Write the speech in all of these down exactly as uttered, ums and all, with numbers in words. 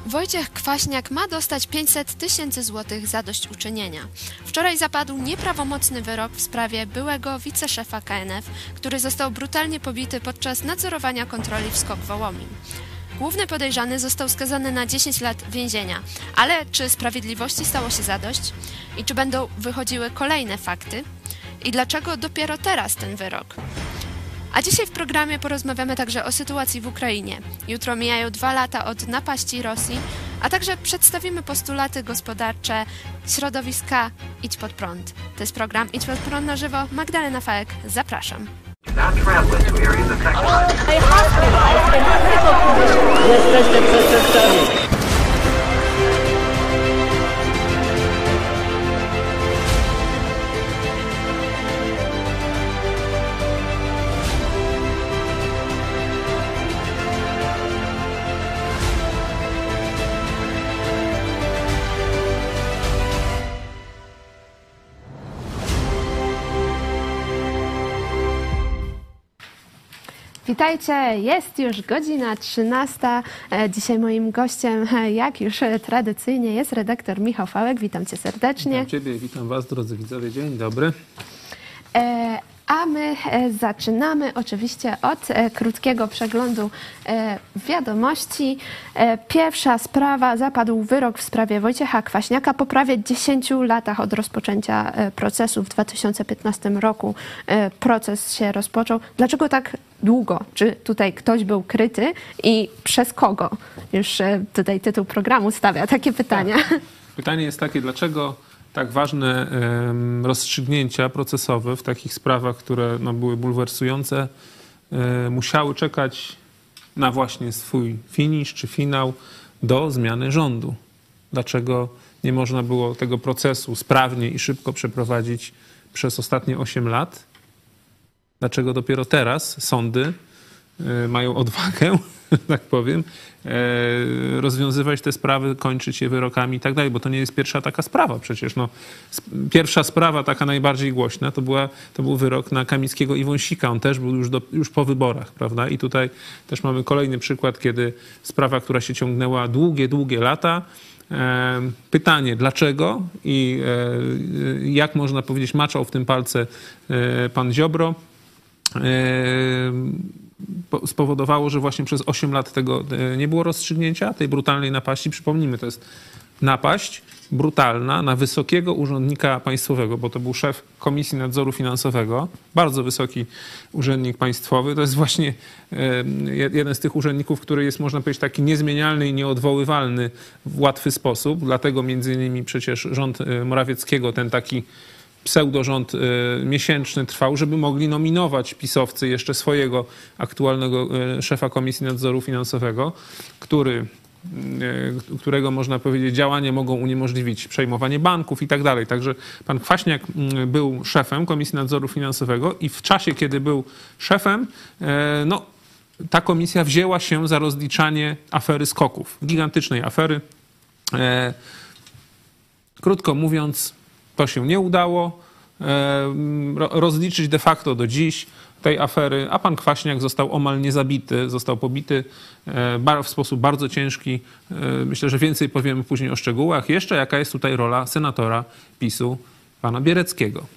Wojciech Kwaśniak ma dostać pięćset tysięcy złotych zadośćuczynienia. Wczoraj zapadł nieprawomocny wyrok w sprawie byłego wiceszefa K N F, który został brutalnie pobity podczas nadzorowania kontroli w SKOK Wołomin. Główny podejrzany został skazany na dziesięć lat więzienia. Ale czy sprawiedliwości stało się zadość? I czy będą wychodziły kolejne fakty? I dlaczego dopiero teraz ten wyrok? A dzisiaj w programie porozmawiamy także o sytuacji w Ukrainie. Jutro mijają dwa lata od napaści Rosji, a także przedstawimy postulaty gospodarcze środowiska Idź Pod Prąd. To jest program Idź Pod Prąd na żywo. Magdalena Fałek, zapraszam. Jesteście przestępcami. Witajcie, jest już godzina trzynasta. Dzisiaj moim gościem, jak już tradycyjnie, jest redaktor Michał Fałek. Witam cię serdecznie. Witam ciebie, witam was, drodzy widzowie. Dzień dobry. E A my zaczynamy oczywiście od krótkiego przeglądu wiadomości. Pierwsza sprawa, zapadł wyrok w sprawie Wojciecha Kwaśniaka. Po prawie dziesięciu latach od rozpoczęcia procesu w dwa tysiące piętnastym roku proces się rozpoczął. Dlaczego tak długo? Czy tutaj ktoś był kryty i przez kogo? Już tutaj tytuł programu stawia takie pytania. Tak. Pytanie jest takie, dlaczego tak ważne um, rozstrzygnięcia procesowe w takich sprawach, które no, były bulwersujące, um, musiały czekać na właśnie swój finisz czy finał do zmiany rządu. Dlaczego nie można było tego procesu sprawnie i szybko przeprowadzić przez ostatnie osiem lat? Dlaczego dopiero teraz sądy um, mają odwagę, tak powiem, rozwiązywać te sprawy, kończyć je wyrokami i tak dalej, bo to nie jest pierwsza taka sprawa przecież. No, pierwsza sprawa, taka najbardziej głośna, to, była, to był wyrok na Kamińskiego i Wąsika. On też był już, do, już po wyborach, prawda? I tutaj też mamy kolejny przykład, kiedy sprawa, która się ciągnęła długie, długie lata. Pytanie, dlaczego i jak można powiedzieć, maczał w tym palce pan Ziobro, spowodowało, że właśnie przez osiem lat tego nie było rozstrzygnięcia, tej brutalnej napaści. Przypomnijmy, to jest napaść brutalna na wysokiego urzędnika państwowego, bo to był szef Komisji Nadzoru Finansowego, bardzo wysoki urzędnik państwowy. To jest właśnie jeden z tych urzędników, który jest, można powiedzieć, taki niezmienialny i nieodwoływalny w łatwy sposób. Dlatego między innymi przecież rząd Morawieckiego, ten taki pseudorząd y, miesięczny trwał, żeby mogli nominować pisowcy jeszcze swojego aktualnego y, szefa Komisji Nadzoru Finansowego, który, y, którego można powiedzieć działania mogą uniemożliwić przejmowanie banków i tak dalej. Także pan Kwaśniak y, był szefem Komisji Nadzoru Finansowego i w czasie, kiedy był szefem, y, no, ta komisja wzięła się za rozliczanie afery SKOK-ów, gigantycznej afery. Y, krótko mówiąc, to się nie udało rozliczyć de facto do dziś tej afery, a pan Kwaśniak został omal niezabity, został pobity w sposób bardzo ciężki. Myślę, że więcej powiemy później o szczegółach. Jeszcze jaka jest tutaj rola senatora PiSu, pana Biereckiego.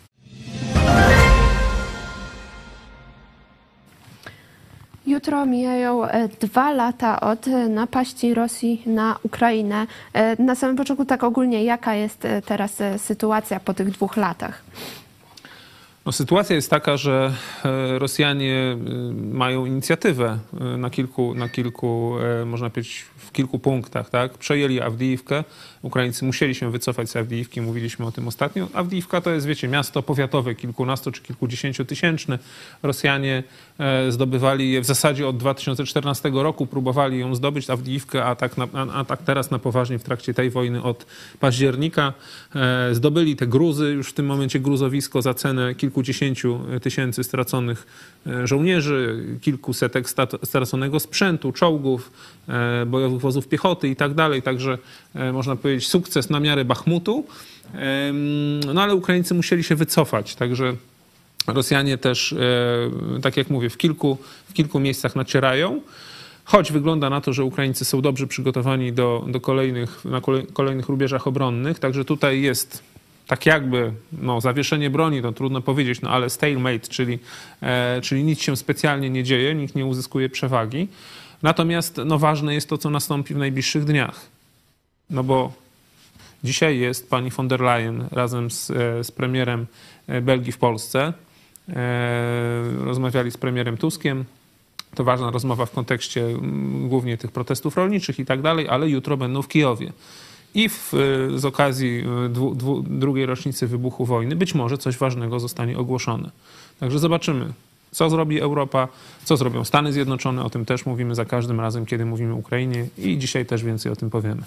Jutro mijają dwa lata od napaści Rosji na Ukrainę. Na samym początku tak ogólnie, jaka jest teraz sytuacja po tych dwóch latach? No, sytuacja jest taka, że Rosjanie mają inicjatywę na kilku, na kilku, można powiedzieć, w kilku punktach. Tak? Przejęli Awdijiwkę. Ukraińcy musieli się wycofać z Awdijiwki, mówiliśmy o tym ostatnio. Awdijiwka to jest, wiecie, miasto powiatowe, kilkunasto czy kilkudziesięciotysięczne. Rosjanie zdobywali je w zasadzie od dwa tysiące czternastego roku, próbowali ją zdobyć, Awdijiwkę, a tak, na, a tak teraz na poważnie w trakcie tej wojny od października. Zdobyli te gruzy, już w tym momencie gruzowisko za cenę kilkudziesięciu tysięcy straconych żołnierzy, kilkusetek straconego sprzętu, czołgów, bojowych wozów piechoty i tak dalej. Także można powiedzieć sukces na miarę Bachmutu. No ale Ukraińcy musieli się wycofać, także Rosjanie też, tak jak mówię, w kilku, w kilku miejscach nacierają. choć wygląda na to, że Ukraińcy są dobrze przygotowani do, do kolejnych, na kolej, kolejnych rubieżach obronnych, także tutaj jest tak jakby no, zawieszenie broni, to trudno powiedzieć, no ale stalemate, czyli, e, czyli nic się specjalnie nie dzieje, nikt nie uzyskuje przewagi. Natomiast no, ważne jest to, co nastąpi w najbliższych dniach. No bo dzisiaj jest pani von der Leyen razem z, z premierem Belgii w Polsce. Rozmawiali z premierem Tuskiem. To ważna rozmowa w kontekście głównie tych protestów rolniczych i tak dalej, ale jutro będą w Kijowie. I w, z okazji dwu, dwu, drugiej rocznicy wybuchu wojny być może coś ważnego zostanie ogłoszone. Także zobaczymy, co zrobi Europa, co zrobią Stany Zjednoczone. O tym też mówimy za każdym razem, kiedy mówimy o Ukrainie i dzisiaj też więcej o tym powiemy.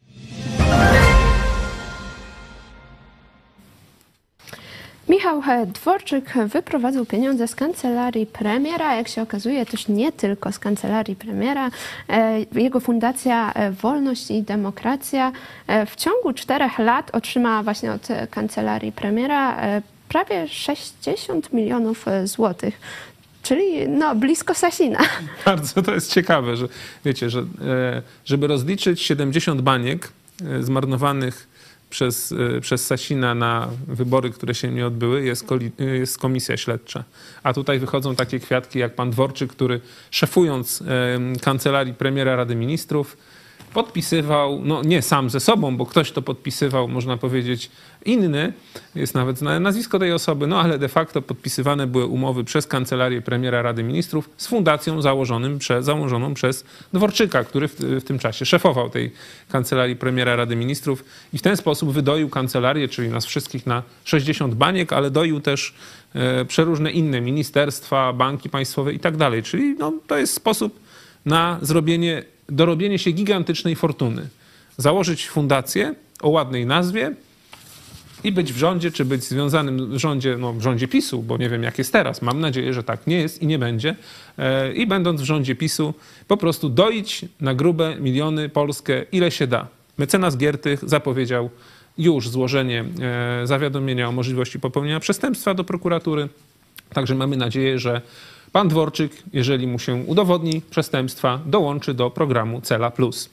Michał Dworczyk wyprowadzał pieniądze z kancelarii premiera, jak się okazuje też nie tylko z kancelarii premiera. Jego fundacja Wolność i Demokracja w ciągu czterech lat otrzymała właśnie od kancelarii premiera prawie sześćdziesiąt milionów złotych. Czyli no, blisko Sasina. Bardzo to jest ciekawe, że wiecie, że żeby rozliczyć siedemdziesiąt baniek zmarnowanych przez, przez Sasina na wybory, które się nie odbyły, jest, jest komisja śledcza. A tutaj wychodzą takie kwiatki jak pan Dworczyk, który szefując kancelarii premiera Rady Ministrów podpisywał, no nie sam ze sobą, bo ktoś to podpisywał, można powiedzieć, inny, jest nawet nazwisko tej osoby, no ale de facto podpisywane były umowy przez kancelarię premiera Rady Ministrów z fundacją założonym prze, założoną przez Dworczyka, który w, w tym czasie szefował tej kancelarii premiera Rady Ministrów i w ten sposób wydoił kancelarię, czyli nas wszystkich na sześćdziesiąt baniek, ale doił też e, przeróżne inne ministerstwa, banki państwowe i tak dalej. Czyli no, to jest sposób na zrobienie dorobienie się gigantycznej fortuny. Założyć fundację o ładnej nazwie i być w rządzie, czy być związanym w rządzie, no w rządzie PiSu, bo nie wiem jak jest teraz. Mam nadzieję, że tak nie jest i nie będzie. I będąc w rządzie PiSu po prostu doić na grube miliony Polskę ile się da. Mecenas Giertych zapowiedział już złożenie zawiadomienia o możliwości popełnienia przestępstwa do prokuratury. Także mamy nadzieję, że pan Dworczyk, jeżeli mu się udowodni przestępstwa, dołączy do programu Cela Plus.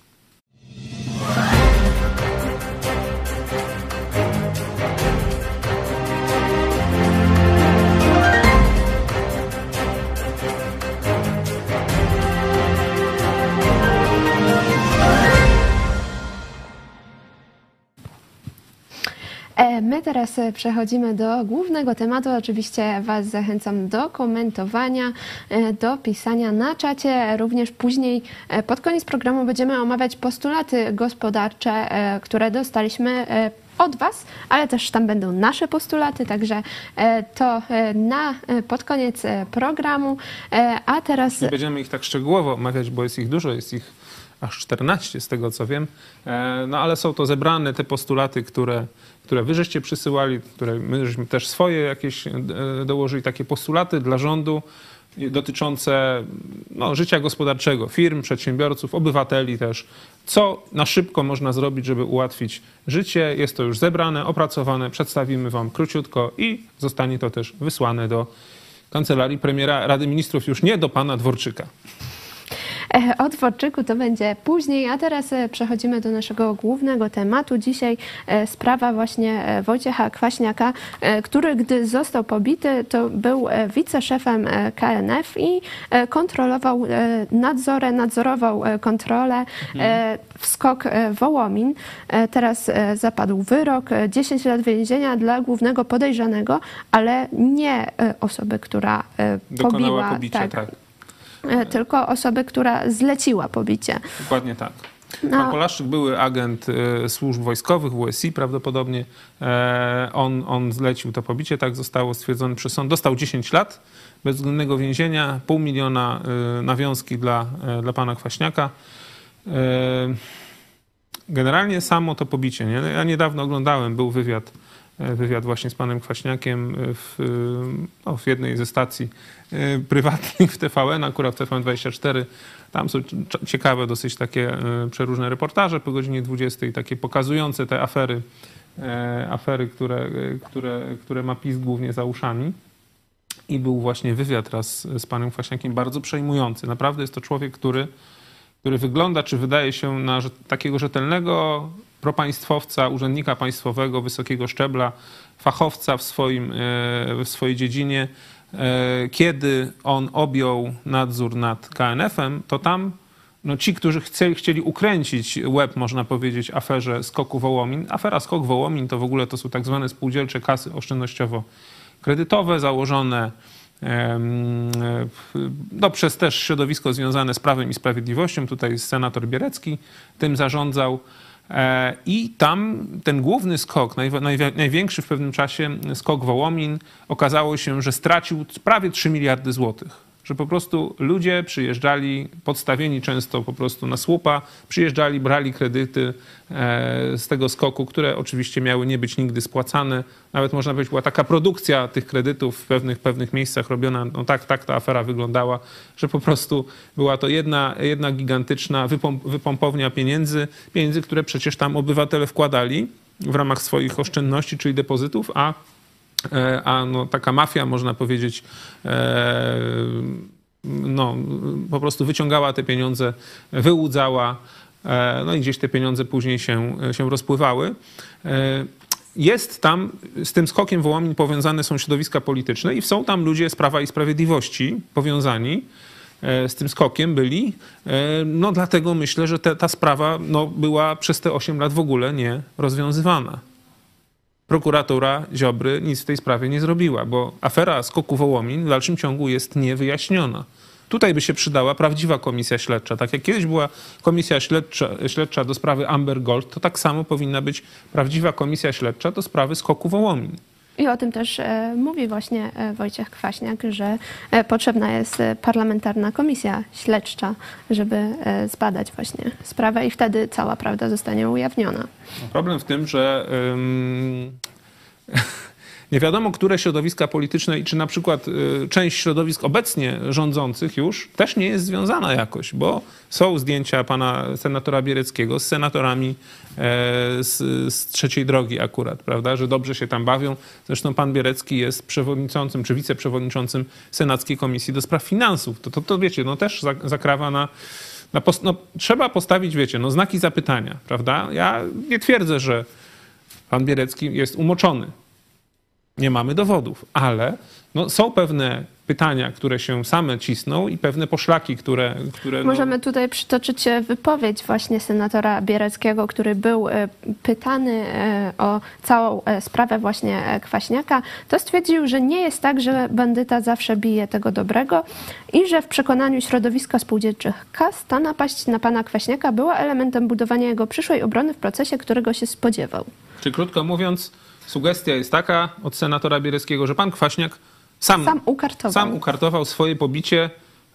My teraz przechodzimy do głównego tematu. Oczywiście Was zachęcam do komentowania, do pisania na czacie. Również później pod koniec programu będziemy omawiać postulaty gospodarcze, które dostaliśmy od Was, ale też tam będą nasze postulaty, także to na pod koniec programu. A teraz... Nie będziemy ich tak szczegółowo omawiać, bo jest ich dużo, jest ich aż czternaście z tego co wiem, no ale są to zebrane te postulaty, które, które wy żeście przysyłali, które my żeśmy też swoje jakieś dołożyli, takie postulaty dla rządu dotyczące no, życia gospodarczego, firm, przedsiębiorców, obywateli też. Co na szybko można zrobić, żeby ułatwić życie. Jest to już zebrane, opracowane, przedstawimy wam króciutko i zostanie to też wysłane do kancelarii premiera Rady Ministrów, już nie do pana Dworczyka. O Dworczyku to będzie później, a teraz przechodzimy do naszego głównego tematu. Dzisiaj sprawa właśnie Wojciecha Kwaśniaka, który gdy został pobity, to był wiceszefem K N F i kontrolował nadzorę, nadzorował kontrolę mhm. w SKOK Wołomin. Teraz zapadł wyrok, dziesięć lat więzienia dla głównego podejrzanego, ale nie osoby, która dokonała pobiła. Pobicia, tak. tak. Tylko osoby, która zleciła pobicie. Dokładnie tak. No. Pan Polaszczyk, były agent służb wojskowych, W S I prawdopodobnie. On, on zlecił to pobicie, tak zostało stwierdzone przez sąd. Dostał dziesięć lat bezwzględnego więzienia, pół miliona nawiązki dla, dla pana Kwaśniaka. Generalnie samo to pobicie. Nie? Ja niedawno oglądałem, był wywiad wywiad właśnie z panem Kwaśniakiem w, no, w jednej ze stacji prywatnych w T V N, akurat w T V N dwadzieścia cztery. Tam są ciekawe dosyć takie przeróżne reportaże po godzinie dwudziestej, takie pokazujące te afery, afery które, które, które ma PiS głównie za uszami. i był właśnie wywiad raz z panem Kwaśniakiem bardzo przejmujący. Naprawdę jest to człowiek, który, który wygląda, czy wydaje się na takiego rzetelnego propaństwowca, urzędnika państwowego wysokiego szczebla, fachowca w, swoim, w swojej dziedzinie. Kiedy on objął nadzór nad K N F-em, to tam no ci, którzy chcieli, chcieli ukręcić łeb, można powiedzieć, aferze Skoku Wołomin. Afera Skok Wołomin to w ogóle to są tak zwane spółdzielcze kasy oszczędnościowo-kredytowe założone no, przez też środowisko związane z Prawem i Sprawiedliwością. Tutaj senator Bierecki tym zarządzał. I tam ten główny skok, największy w pewnym czasie skok Wołomin, okazało się, że stracił prawie trzy miliardy złotych. Że po prostu ludzie przyjeżdżali, podstawieni często po prostu na słupa, przyjeżdżali, brali kredyty z tego skoku, które oczywiście miały nie być nigdy spłacane. Nawet można powiedzieć, była taka produkcja tych kredytów w pewnych, pewnych miejscach robiona. No tak, tak ta afera wyglądała, że po prostu była to jedna, jedna gigantyczna wypomp, wypompownia pieniędzy, pieniędzy, które przecież tam obywatele wkładali w ramach swoich oszczędności, czyli depozytów, a a no, taka mafia, można powiedzieć, e, no, po prostu wyciągała te pieniądze, wyłudzała, e, no i gdzieś te pieniądze później się, się rozpływały. E, jest tam, z tym skokiem Wołomin powiązane są środowiska polityczne i są tam ludzie z Prawa i Sprawiedliwości powiązani e, z tym skokiem byli. E, no dlatego myślę, że te, ta sprawa no, była przez te osiem lat w ogóle nie rozwiązywana. Prokuratura Ziobry nic w tej sprawie nie zrobiła, bo afera Skoku Wołomin w dalszym ciągu jest niewyjaśniona. Tutaj by się przydała prawdziwa komisja śledcza. Tak jak kiedyś była komisja śledcza, śledcza do sprawy Amber Gold, to tak samo powinna być prawdziwa komisja śledcza do sprawy Skoku Wołomin. I o tym też e, mówi właśnie e, Wojciech Kwaśniak, że e, potrzebna jest parlamentarna komisja śledcza, żeby e, zbadać właśnie sprawę i wtedy cała prawda zostanie ujawniona. Problem w tym, że ym, nie wiadomo, które środowiska polityczne i czy na przykład y, część środowisk obecnie rządzących już też nie jest związana jakoś, bo są zdjęcia pana senatora Biereckiego z senatorami e, z, z Trzeciej Drogi akurat, prawda, że dobrze się tam bawią. Zresztą pan Bierecki jest przewodniczącym czy wiceprzewodniczącym Senackiej Komisji do Spraw Finansów. To, to, to wiecie, no też zakrawa na... na post, no, trzeba postawić, wiecie, no, znaki zapytania, prawda. Ja nie twierdzę, że pan Bierecki jest umoczony. Nie mamy dowodów, ale no, są pewne pytania, które się same cisną i pewne poszlaki, które... które no... Możemy tutaj przytoczyć wypowiedź właśnie senatora Biereckiego, który był pytany o całą sprawę właśnie Kwaśniaka. To stwierdził, że nie jest tak, że bandyta zawsze bije tego dobrego i że w przekonaniu środowiska spółdzielczych kas ta napaść na pana Kwaśniaka była elementem budowania jego przyszłej obrony w procesie, którego się spodziewał. Czy krótko mówiąc, sugestia jest taka od senatora Biereckiego, że pan Kwaśniak sam, sam, ukartował. sam ukartował swoje pobicie,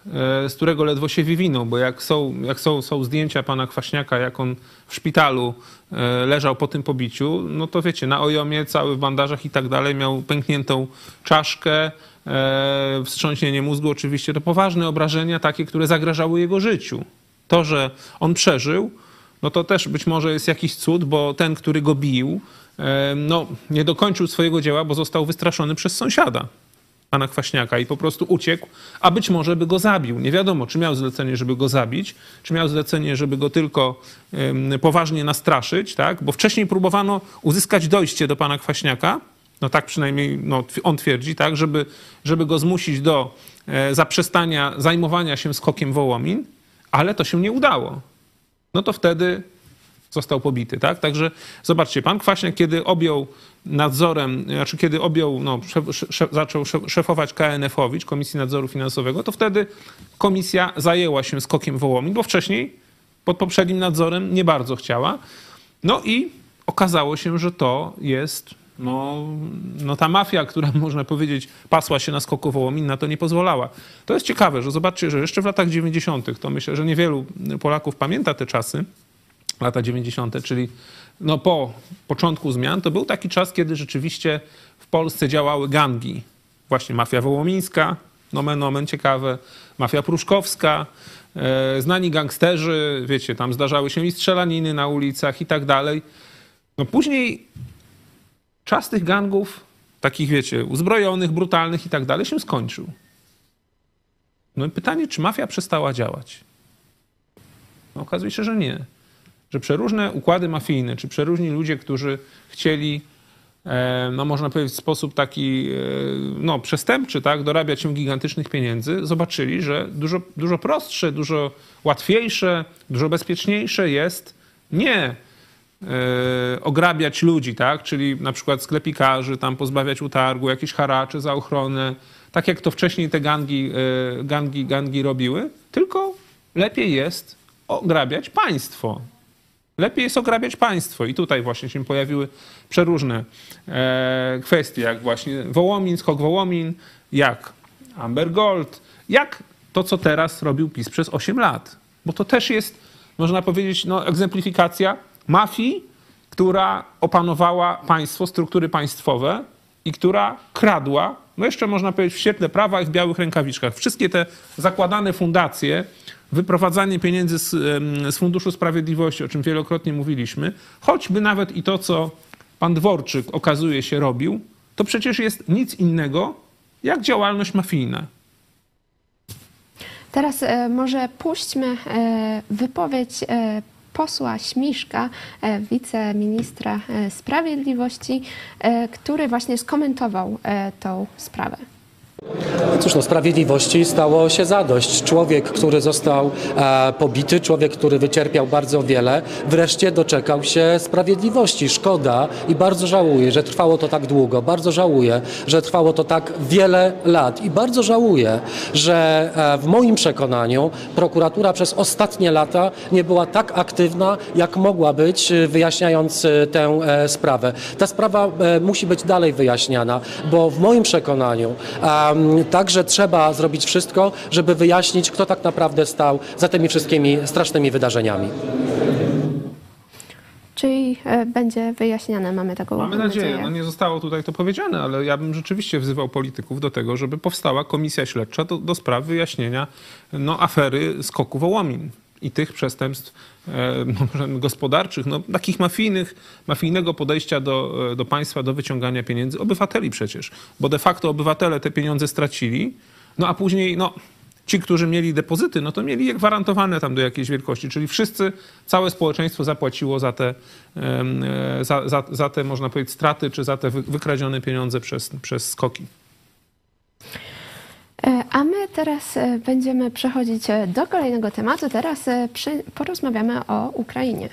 z którego ledwo się wywinął, bo jak są, jak są, są zdjęcia pana Kwaśniaka, jak on w szpitalu leżał po tym pobiciu, no to wiecie, na ojomie, cały w bandażach i tak dalej, miał pękniętą czaszkę, wstrząśnienie mózgu oczywiście, to poważne obrażenia takie, które zagrażały jego życiu. To, że on przeżył, no to też być może jest jakiś cud, bo ten, który go bił, no, nie dokończył swojego dzieła, bo został wystraszony przez sąsiada, pana Kwaśniaka, i po prostu uciekł, a być może by go zabił. Nie wiadomo, czy miał zlecenie, żeby go zabić, czy miał zlecenie, żeby go tylko um, poważnie nastraszyć, tak? Bo wcześniej próbowano uzyskać dojście do pana Kwaśniaka, no tak przynajmniej no, on twierdzi, tak? Żeby, żeby go zmusić do e, zaprzestania zajmowania się Skokiem Wołomin, ale to się nie udało. No to wtedy został pobity, tak? Także zobaczcie, pan Kwaśniak, kiedy objął nadzorem, znaczy kiedy objął, no, szef, szef, zaczął szefować K N F-owi, Komisji Nadzoru Finansowego, to wtedy komisja zajęła się Skokiem Wołomin, bo wcześniej pod poprzednim nadzorem nie bardzo chciała. No i okazało się, że to jest no, no ta mafia, która można powiedzieć pasła się na Skoku Wołomin, na to nie pozwalała. To jest ciekawe, że zobaczcie, że jeszcze w latach dziewięćdziesiątych, to myślę, że niewielu Polaków pamięta te czasy, lata dziewięćdziesiąte, czyli no po początku zmian, to był taki czas, kiedy rzeczywiście w Polsce działały gangi. Właśnie mafia wołomińska, nomen omen ciekawe, mafia pruszkowska, e, znani gangsterzy, wiecie, tam zdarzały się i strzelaniny na ulicach i tak dalej. No później czas tych gangów takich wiecie, uzbrojonych, brutalnych i tak dalej, się skończył. No i pytanie, czy mafia przestała działać? No, okazuje się, że nie. Że przeróżne układy mafijne, czy przeróżni ludzie, którzy chcieli, e, no można powiedzieć w sposób taki, e, no przestępczy, tak, dorabiać się gigantycznych pieniędzy, zobaczyli, że dużo, dużo prostsze, dużo łatwiejsze, dużo bezpieczniejsze jest nie e, ograbiać ludzi, tak, czyli na przykład sklepikarzy, tam pozbawiać utargu, jakieś haracze za ochronę, tak jak to wcześniej te gangi, e, gangi, gangi robiły, tylko lepiej jest ograbiać państwo. Lepiej jest ograbiać państwo. I tutaj właśnie się pojawiły przeróżne e, kwestie, jak właśnie Wołomin, skok Wołomin, jak Amber Gold, jak to, co teraz robił PiS przez osiem lat. Bo to też jest, można powiedzieć, no, egzemplifikacja mafii, która opanowała państwo, struktury państwowe i która kradła, no jeszcze można powiedzieć w świetle prawa i w białych rękawiczkach. Wszystkie te zakładane fundacje, wyprowadzanie pieniędzy z, z Funduszu Sprawiedliwości, o czym wielokrotnie mówiliśmy, choćby nawet i to, co pan Dworczyk okazuje się robił, to przecież jest nic innego jak działalność mafijna. Teraz e, może puśćmy e, wypowiedź e, posła Śmiszka, e, wiceministra e, sprawiedliwości, e, który właśnie skomentował e, tą sprawę. Cóż, no, sprawiedliwości stało się zadość. Człowiek, który został e, pobity, człowiek, który wycierpiał bardzo wiele, wreszcie doczekał się sprawiedliwości. Szkoda i bardzo żałuję, że trwało to tak długo. Bardzo żałuję, że trwało to tak wiele lat. I bardzo żałuję, że e, w moim przekonaniu prokuratura przez ostatnie lata nie była tak aktywna, jak mogła być, wyjaśniając e, tę e, sprawę. Ta sprawa e, musi być dalej wyjaśniana, bo w moim przekonaniu e, Także trzeba zrobić wszystko, żeby wyjaśnić, kto tak naprawdę stał za tymi wszystkimi strasznymi wydarzeniami. Czyli będzie wyjaśniane, mamy taką Mamy nadzieję. nadzieję. No nie zostało tutaj to powiedziane, ale ja bym rzeczywiście wzywał polityków do tego, żeby powstała komisja śledcza do, do spraw wyjaśnienia no, afery skoku Wołomin i tych przestępstw e, gospodarczych, no, takich mafijnych, mafijnego podejścia do, do państwa, do wyciągania pieniędzy obywateli przecież, bo de facto obywatele te pieniądze stracili, no a później no, ci, którzy mieli depozyty, no to mieli je gwarantowane tam do jakiejś wielkości, czyli wszyscy, całe społeczeństwo zapłaciło za te, e, za, za, za te można powiedzieć, straty, czy za te wykradzione pieniądze przez, przez skoki. A my teraz będziemy przechodzić do kolejnego tematu. Teraz przy, porozmawiamy o Ukrainie.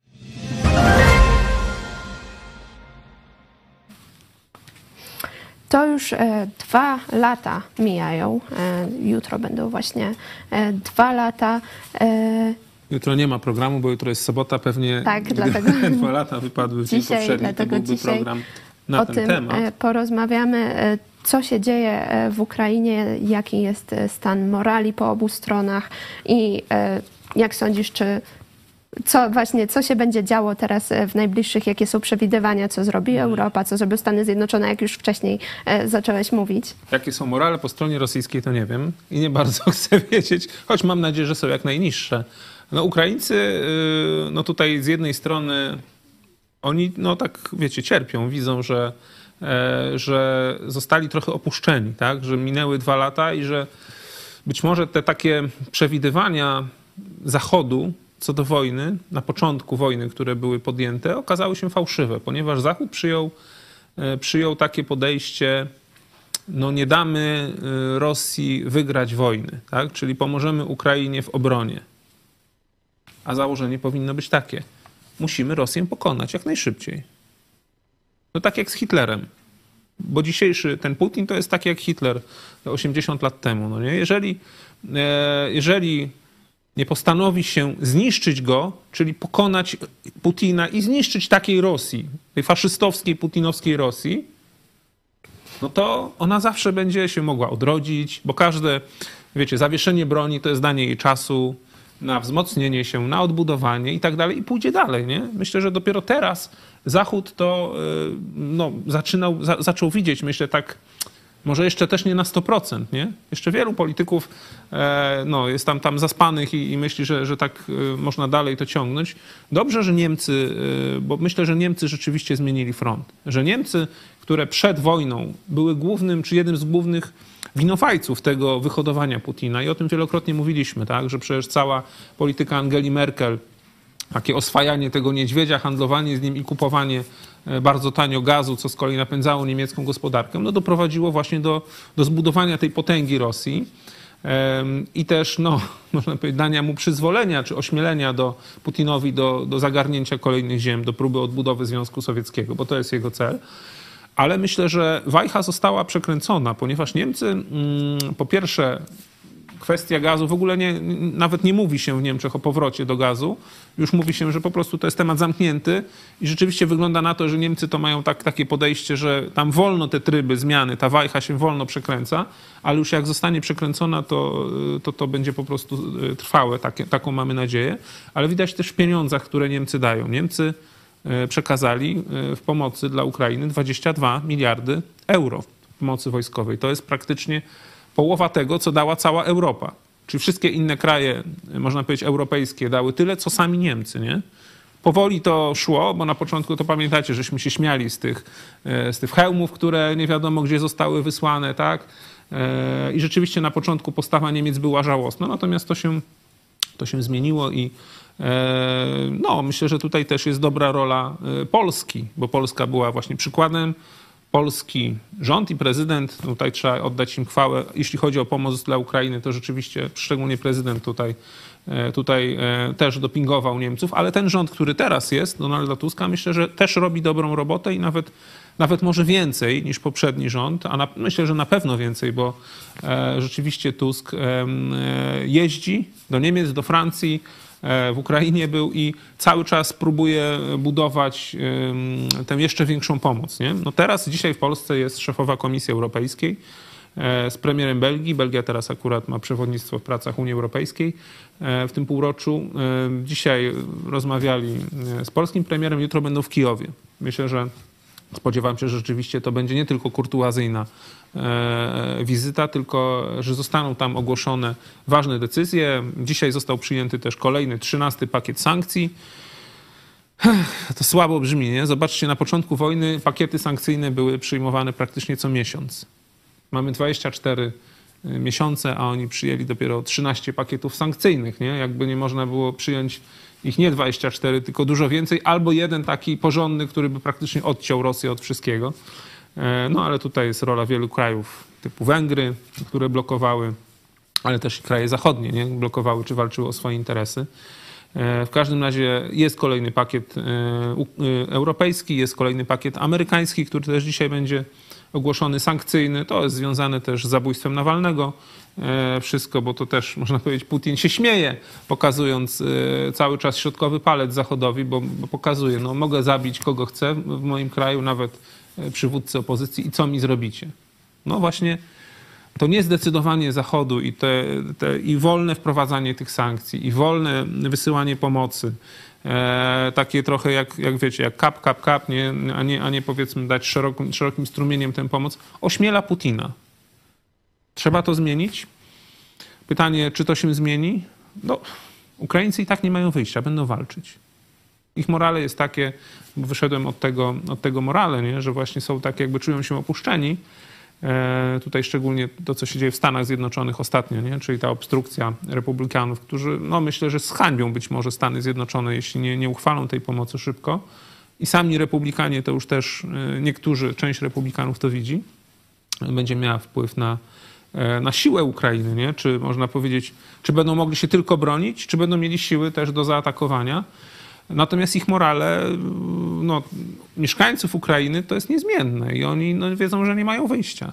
To już e, dwa lata mijają. E, jutro będą właśnie e, dwa lata. E, Jutro nie ma programu, bo jutro jest sobota, pewnie tak, dlatego dwa lata wypadły w dzień dzisiaj, poprzedni, dlatego to byłby dzisiaj program na o ten tym temat. porozmawiamy, co się dzieje w Ukrainie, jaki jest stan morali po obu stronach i jak sądzisz, czy co właśnie, co się będzie działo teraz w najbliższych, jakie są przewidywania, co zrobi Europa, co zrobią Stany Zjednoczone, jak już wcześniej zacząłeś mówić? Jakie są morale po stronie rosyjskiej, to nie wiem i nie bardzo chcę wiedzieć, choć mam nadzieję, że są jak najniższe. No Ukraińcy, no tutaj z jednej strony oni, no tak wiecie, cierpią, widzą, że, e, że zostali trochę opuszczeni, tak? Że minęły dwa lata i że być może te takie przewidywania Zachodu co do wojny, na początku wojny, które były podjęte, okazały się fałszywe, ponieważ Zachód przyjął, e, przyjął takie podejście, no nie damy Rosji wygrać wojny, tak? Czyli pomożemy Ukrainie w obronie. A założenie powinno być takie. Musimy Rosję pokonać jak najszybciej. No tak jak z Hitlerem. Bo dzisiejszy ten Putin to jest taki jak Hitler osiemdziesiąt lat temu. No nie? Jeżeli, e, jeżeli nie postanowi się zniszczyć go, czyli pokonać Putina i zniszczyć takiej Rosji, tej faszystowskiej, putinowskiej Rosji, no to ona zawsze będzie się mogła odrodzić, bo każde, wiecie, zawieszenie broni to jest danie jej czasu na wzmocnienie się, na odbudowanie i tak dalej i pójdzie dalej, nie? Myślę, że dopiero teraz Zachód to no, zaczynał, za, zaczął widzieć, myślę tak Może jeszcze też nie na sto procent, nie? Jeszcze wielu polityków e, no, jest tam, tam zaspanych i, i myśli, że, że tak e, można dalej to ciągnąć. Dobrze, że Niemcy, e, bo myślę, że Niemcy rzeczywiście zmienili front. Że Niemcy, które przed wojną były głównym, czy jednym z głównych winowajców tego wyhodowania Putina i o tym wielokrotnie mówiliśmy, tak? Że przecież cała polityka Angeli Merkel, takie oswajanie tego niedźwiedzia, handlowanie z nim i kupowanie bardzo tanio gazu, co z kolei napędzało niemiecką gospodarkę, no doprowadziło właśnie do, do zbudowania tej potęgi Rosji i też, no, można powiedzieć, dania mu przyzwolenia czy ośmielenia do Putinowi do, do zagarnięcia kolejnych ziem, do próby odbudowy Związku Sowieckiego, bo to jest jego cel. Ale myślę, że wajcha została przekręcona, ponieważ Niemcy mm, po pierwsze kwestia gazu, w ogóle nie, nawet nie mówi się w Niemczech o powrocie do gazu. Już mówi się, że po prostu to jest temat zamknięty i rzeczywiście wygląda na to, że Niemcy to mają tak, takie podejście, że tam wolno te tryby, zmiany, ta wajcha się wolno przekręca, ale już jak zostanie przekręcona, to to, to będzie po prostu trwałe, takie, taką mamy nadzieję. Ale widać też w pieniądzach, które Niemcy dają. Niemcy przekazali w pomocy dla Ukrainy dwadzieścia dwa miliardy euro pomocy wojskowej. To jest praktycznie połowa tego, co dała cała Europa. Czyli wszystkie inne kraje, można powiedzieć, europejskie dały tyle, co sami Niemcy, nie? Powoli to szło, bo na początku to pamiętacie, żeśmy się śmiali z tych, z tych hełmów, które nie wiadomo gdzie zostały wysłane, tak? I rzeczywiście na początku postawa Niemiec była żałosna, natomiast to się, to się zmieniło i no, myślę, że tutaj też jest dobra rola Polski, bo Polska była właśnie przykładem. Polski rząd i prezydent, tutaj trzeba oddać im chwałę. Jeśli chodzi o pomoc dla Ukrainy, to rzeczywiście szczególnie prezydent tutaj, tutaj też dopingował Niemców, ale ten rząd, który teraz jest, Donalda Tuska, myślę, że też robi dobrą robotę i nawet, nawet może więcej niż poprzedni rząd, a na, myślę, że na pewno więcej, bo e, rzeczywiście Tusk e, jeździ do Niemiec, do Francji, w Ukrainie był i cały czas próbuje budować tę jeszcze większą pomoc. Nie? No teraz, dzisiaj w Polsce jest szefowa Komisji Europejskiej z premierem Belgii. Belgia teraz akurat ma przewodnictwo w pracach Unii Europejskiej w tym półroczu. Dzisiaj rozmawiali z polskim premierem, jutro będą w Kijowie. Myślę, że spodziewam się, że rzeczywiście to będzie nie tylko kurtuazyjna wizyta, tylko że zostaną tam ogłoszone ważne decyzje. Dzisiaj został przyjęty też kolejny, trzynasty pakiet sankcji. To słabo brzmi, nie? Zobaczcie, na początku wojny pakiety sankcyjne były przyjmowane praktycznie co miesiąc. Mamy dwadzieścia cztery miesiące, a oni przyjęli dopiero trzynaście pakietów sankcyjnych, nie? Jakby nie można było przyjąć ich nie dwadzieścia cztery, tylko dużo więcej, albo jeden taki porządny, który by praktycznie odciął Rosję od wszystkiego. No ale tutaj jest rola wielu krajów typu Węgry, które blokowały, ale też i kraje zachodnie, nie? Blokowały czy walczyły o swoje interesy. W każdym razie jest kolejny pakiet europejski, jest kolejny pakiet amerykański, który też dzisiaj będzie ogłoszony, sankcyjny. To jest związane też z zabójstwem Nawalnego. Wszystko, bo to też, można powiedzieć, Putin się śmieje, pokazując cały czas środkowy palec Zachodowi, bo, bo pokazuje, no mogę zabić kogo chcę w moim kraju, nawet przywódcę opozycji i co mi zrobicie? No właśnie to niezdecydowanie Zachodu i, te, te, i wolne wprowadzanie tych sankcji, i wolne wysyłanie pomocy, e, takie trochę jak, jak wiecie, jak kap, kap, kap, nie, a, nie, a nie powiedzmy dać szerokim, szerokim strumieniem tę pomoc, ośmiela Putina. Trzeba to zmienić. Pytanie, czy to się zmieni? No, Ukraińcy i tak nie mają wyjścia, będą walczyć. Ich morale jest takie, bo wyszedłem od tego, od tego morale, nie? Że właśnie są takie, jakby czują się opuszczeni. E, tutaj szczególnie to, co się dzieje w Stanach Zjednoczonych ostatnio, nie? Czyli ta obstrukcja republikanów, którzy, no myślę, że zhańbią być może Stany Zjednoczone, jeśli nie, nie uchwalą tej pomocy szybko. I sami republikanie to już też, e, niektórzy, część republikanów to widzi, będzie miała wpływ na, e, na siłę Ukrainy, nie? Czy można powiedzieć, czy będą mogli się tylko bronić, czy będą mieli siły też do zaatakowania. Natomiast ich morale, no, mieszkańców Ukrainy to jest niezmienne i oni no, wiedzą, że nie mają wyjścia.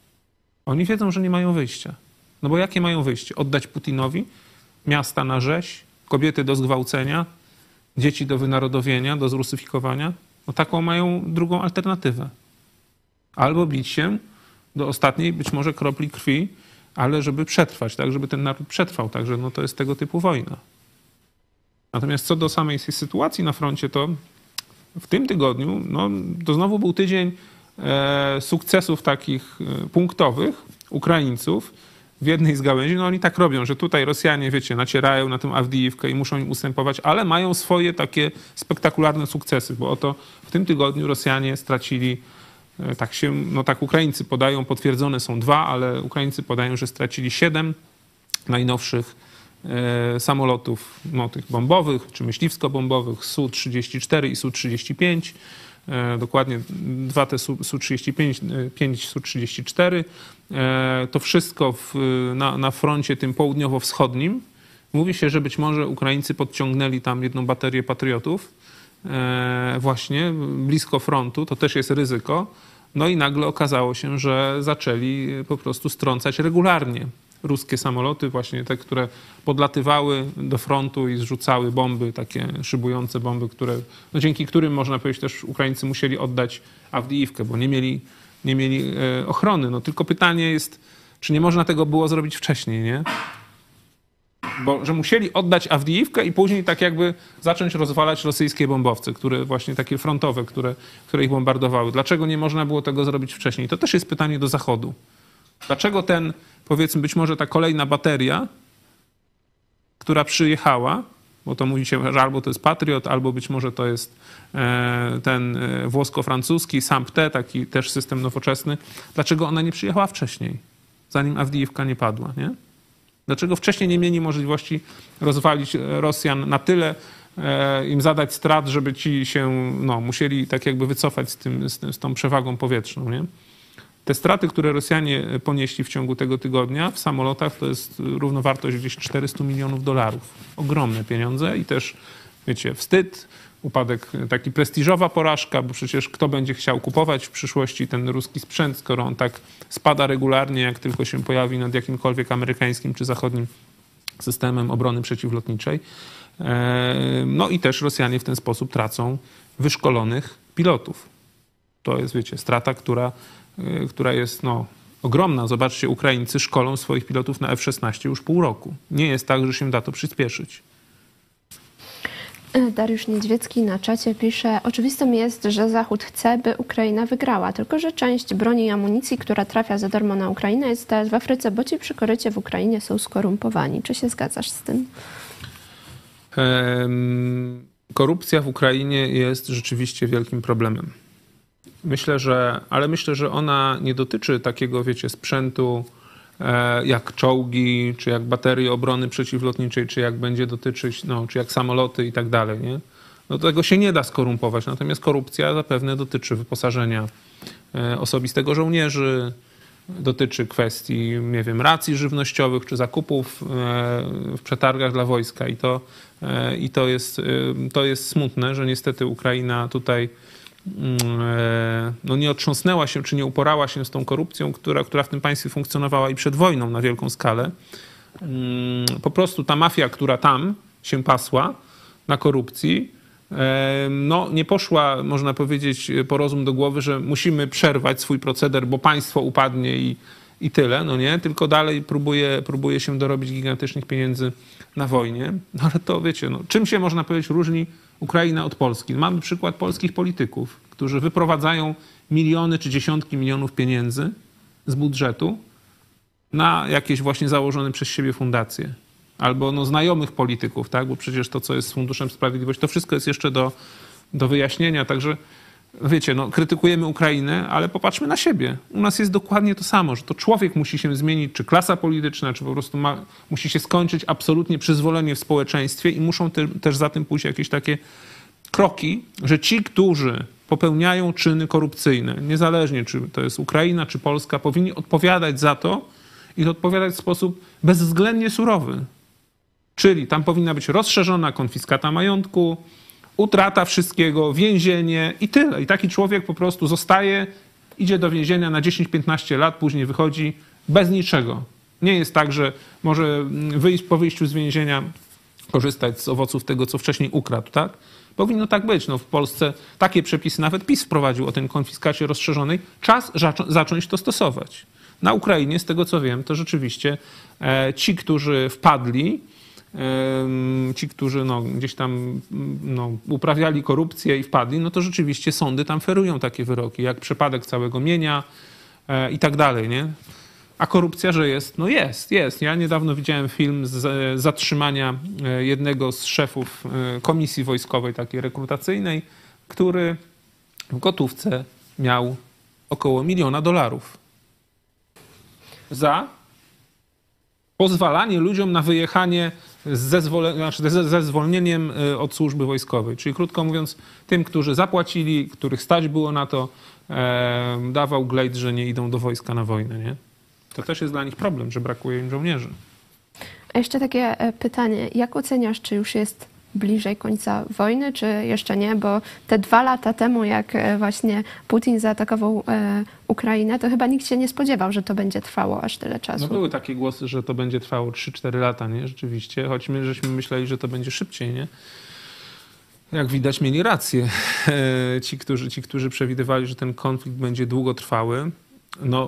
Oni wiedzą, że nie mają wyjścia. No bo jakie mają wyjście? Oddać Putinowi miasta na rzeź, kobiety do zgwałcenia, dzieci do wynarodowienia, do zrusyfikowania? No taką mają drugą alternatywę. Albo bić się do ostatniej, być może kropli krwi, ale żeby przetrwać, tak, żeby ten naród przetrwał. Także no, to jest tego typu wojna. Natomiast co do samej sytuacji na froncie, to w tym tygodniu, no, to znowu był tydzień e, sukcesów takich e, punktowych Ukraińców w jednej z gałęzi, no oni tak robią, że tutaj Rosjanie, wiecie, nacierają na tę Awdijivkę i muszą im ustępować, ale mają swoje takie spektakularne sukcesy, bo oto w tym tygodniu Rosjanie stracili, tak się, no tak Ukraińcy podają, potwierdzone są dwa, ale Ukraińcy podają, że stracili siedem najnowszych e, samolotów, no tych bombowych, czy myśliwsko-bombowych, S U trzydzieści cztery i S U trzydzieści pięć. E, dokładnie dwa te S U trzydzieści pięć, pięć S U trzydzieści cztery. E, to wszystko w, na, na froncie tym południowo-wschodnim. Mówi się, że być może Ukraińcy podciągnęli tam jedną baterię patriotów e, właśnie blisko frontu. To też jest ryzyko. No i nagle okazało się, że zaczęli po prostu strącać regularnie ruskie samoloty, właśnie te, które podlatywały do frontu i zrzucały bomby, takie szybujące bomby, które, no dzięki którym można powiedzieć też Ukraińcy musieli oddać Awdijivkę, bo nie mieli, nie mieli e, ochrony. No tylko pytanie jest, czy nie można tego było zrobić wcześniej, nie? Bo że musieli oddać Awdijivkę i później tak jakby zacząć rozwalać rosyjskie bombowce, które właśnie takie frontowe, które, które ich bombardowały. Dlaczego nie można było tego zrobić wcześniej? To też jest pytanie do Zachodu. Dlaczego ten, powiedzmy, być może ta kolejna bateria, która przyjechała, bo to mówi się, że albo to jest Patriot, albo być może to jest e, ten e, włosko-francuski SAMP-T, taki też system nowoczesny. Dlaczego ona nie przyjechała wcześniej, zanim Awdijivka nie padła, nie? Dlaczego wcześniej nie mieli możliwości rozwalić Rosjan na tyle, e, im zadać strat, żeby ci się no, musieli tak jakby wycofać z, tym, z, z tą przewagą powietrzną, nie? Te straty, które Rosjanie ponieśli w ciągu tego tygodnia w samolotach, to jest równowartość gdzieś czterysta milionów dolarów. Ogromne pieniądze i też, wiecie, wstyd, upadek, taki prestiżowa porażka, bo przecież kto będzie chciał kupować w przyszłości ten ruski sprzęt, skoro on tak spada regularnie, jak tylko się pojawi nad jakimkolwiek amerykańskim czy zachodnim systemem obrony przeciwlotniczej. No i też Rosjanie w ten sposób tracą wyszkolonych pilotów. To jest, wiecie, strata, która która jest no, ogromna. Zobaczcie, Ukraińcy szkolą swoich pilotów na F szesnaście już pół roku. Nie jest tak, że się da to przyspieszyć. Dariusz Niedźwiecki na czacie pisze: oczywistym jest, że Zachód chce, by Ukraina wygrała, tylko że część broni i amunicji, która trafia za darmo na Ukrainę, jest teraz w Afryce, bo ci przy korycie w Ukrainie są skorumpowani. Czy się zgadzasz z tym? Um, korupcja w Ukrainie jest rzeczywiście wielkim problemem. Myślę, że, ale myślę, że ona nie dotyczy takiego, wiecie, sprzętu e, jak czołgi, czy jak baterie obrony przeciwlotniczej, czy jak będzie dotyczyć, no, czy jak samoloty i tak dalej, nie? No tego się nie da skorumpować. Natomiast korupcja zapewne dotyczy wyposażenia e, osobistego żołnierzy, dotyczy kwestii, nie wiem, racji żywnościowych, czy zakupów e, w przetargach dla wojska. I to, e, i to jest, e, to jest smutne, że niestety Ukraina tutaj no nie otrząsnęła się, czy nie uporała się z tą korupcją, która, która w tym państwie funkcjonowała i przed wojną na wielką skalę. Po prostu ta mafia, która tam się pasła na korupcji, no nie poszła, można powiedzieć, po rozum do głowy, że musimy przerwać swój proceder, bo państwo upadnie i, i tyle, no nie? Tylko dalej próbuje, próbuje się dorobić gigantycznych pieniędzy na wojnie. No ale to wiecie, no, czym się, można powiedzieć, różni Ukraina od Polski? Mamy przykład polskich polityków, którzy wyprowadzają miliony czy dziesiątki milionów pieniędzy z budżetu na jakieś właśnie założone przez siebie fundacje. Albo no, znajomych polityków, tak? Bo przecież to, co jest z Funduszem Sprawiedliwości, to wszystko jest jeszcze do, do wyjaśnienia. Także wiecie, no, krytykujemy Ukrainę, ale popatrzmy na siebie. U nas jest dokładnie to samo, że to człowiek musi się zmienić, czy klasa polityczna, czy po prostu ma, musi się skończyć absolutnie przyzwolenie w społeczeństwie i muszą te, też za tym pójść jakieś takie kroki, że ci, którzy popełniają czyny korupcyjne, niezależnie czy to jest Ukraina, czy Polska, powinni odpowiadać za to i odpowiadać w sposób bezwzględnie surowy. Czyli tam powinna być rozszerzona konfiskata majątku, utrata wszystkiego, więzienie i tyle. I taki człowiek po prostu zostaje, idzie do więzienia na dziesięć piętnaście lat, później wychodzi bez niczego. Nie jest tak, że może wyjść po wyjściu z więzienia, korzystać z owoców tego, co wcześniej ukradł, tak? Powinno tak być. No w Polsce takie przepisy nawet PiS wprowadził o tej konfiskacie rozszerzonej. Czas zacząć to stosować. Na Ukrainie, z tego co wiem, to rzeczywiście e, ci, którzy wpadli ci, którzy no, gdzieś tam no, uprawiali korupcję i wpadli, no to rzeczywiście sądy tam ferują takie wyroki, jak przypadek całego mienia i tak dalej, nie? A korupcja, że jest? No jest, jest. Ja niedawno widziałem film z zatrzymania jednego z szefów komisji wojskowej, takiej rekrutacyjnej, który w gotówce miał około miliona dolarów za pozwalanie ludziom na wyjechanie ze, zwole, znaczy ze, ze zwolnieniem od służby wojskowej. Czyli krótko mówiąc, tym, którzy zapłacili, których stać było na to, e, dawał glejt, że nie idą do wojska na wojnę, nie? To też jest dla nich problem, że brakuje im żołnierzy. A jeszcze takie pytanie, jak oceniasz, czy już jest bliżej końca wojny, czy jeszcze nie? Bo te dwa lata temu, jak właśnie Putin zaatakował Ukrainę, to chyba nikt się nie spodziewał, że to będzie trwało aż tyle czasu. No były takie głosy, że to będzie trwało trzy cztery lata, nie? Rzeczywiście, choć my żeśmy myśleli, że to będzie szybciej, nie? Jak widać, mieli rację. Ci, którzy, ci, którzy przewidywali, że ten konflikt będzie długotrwały, no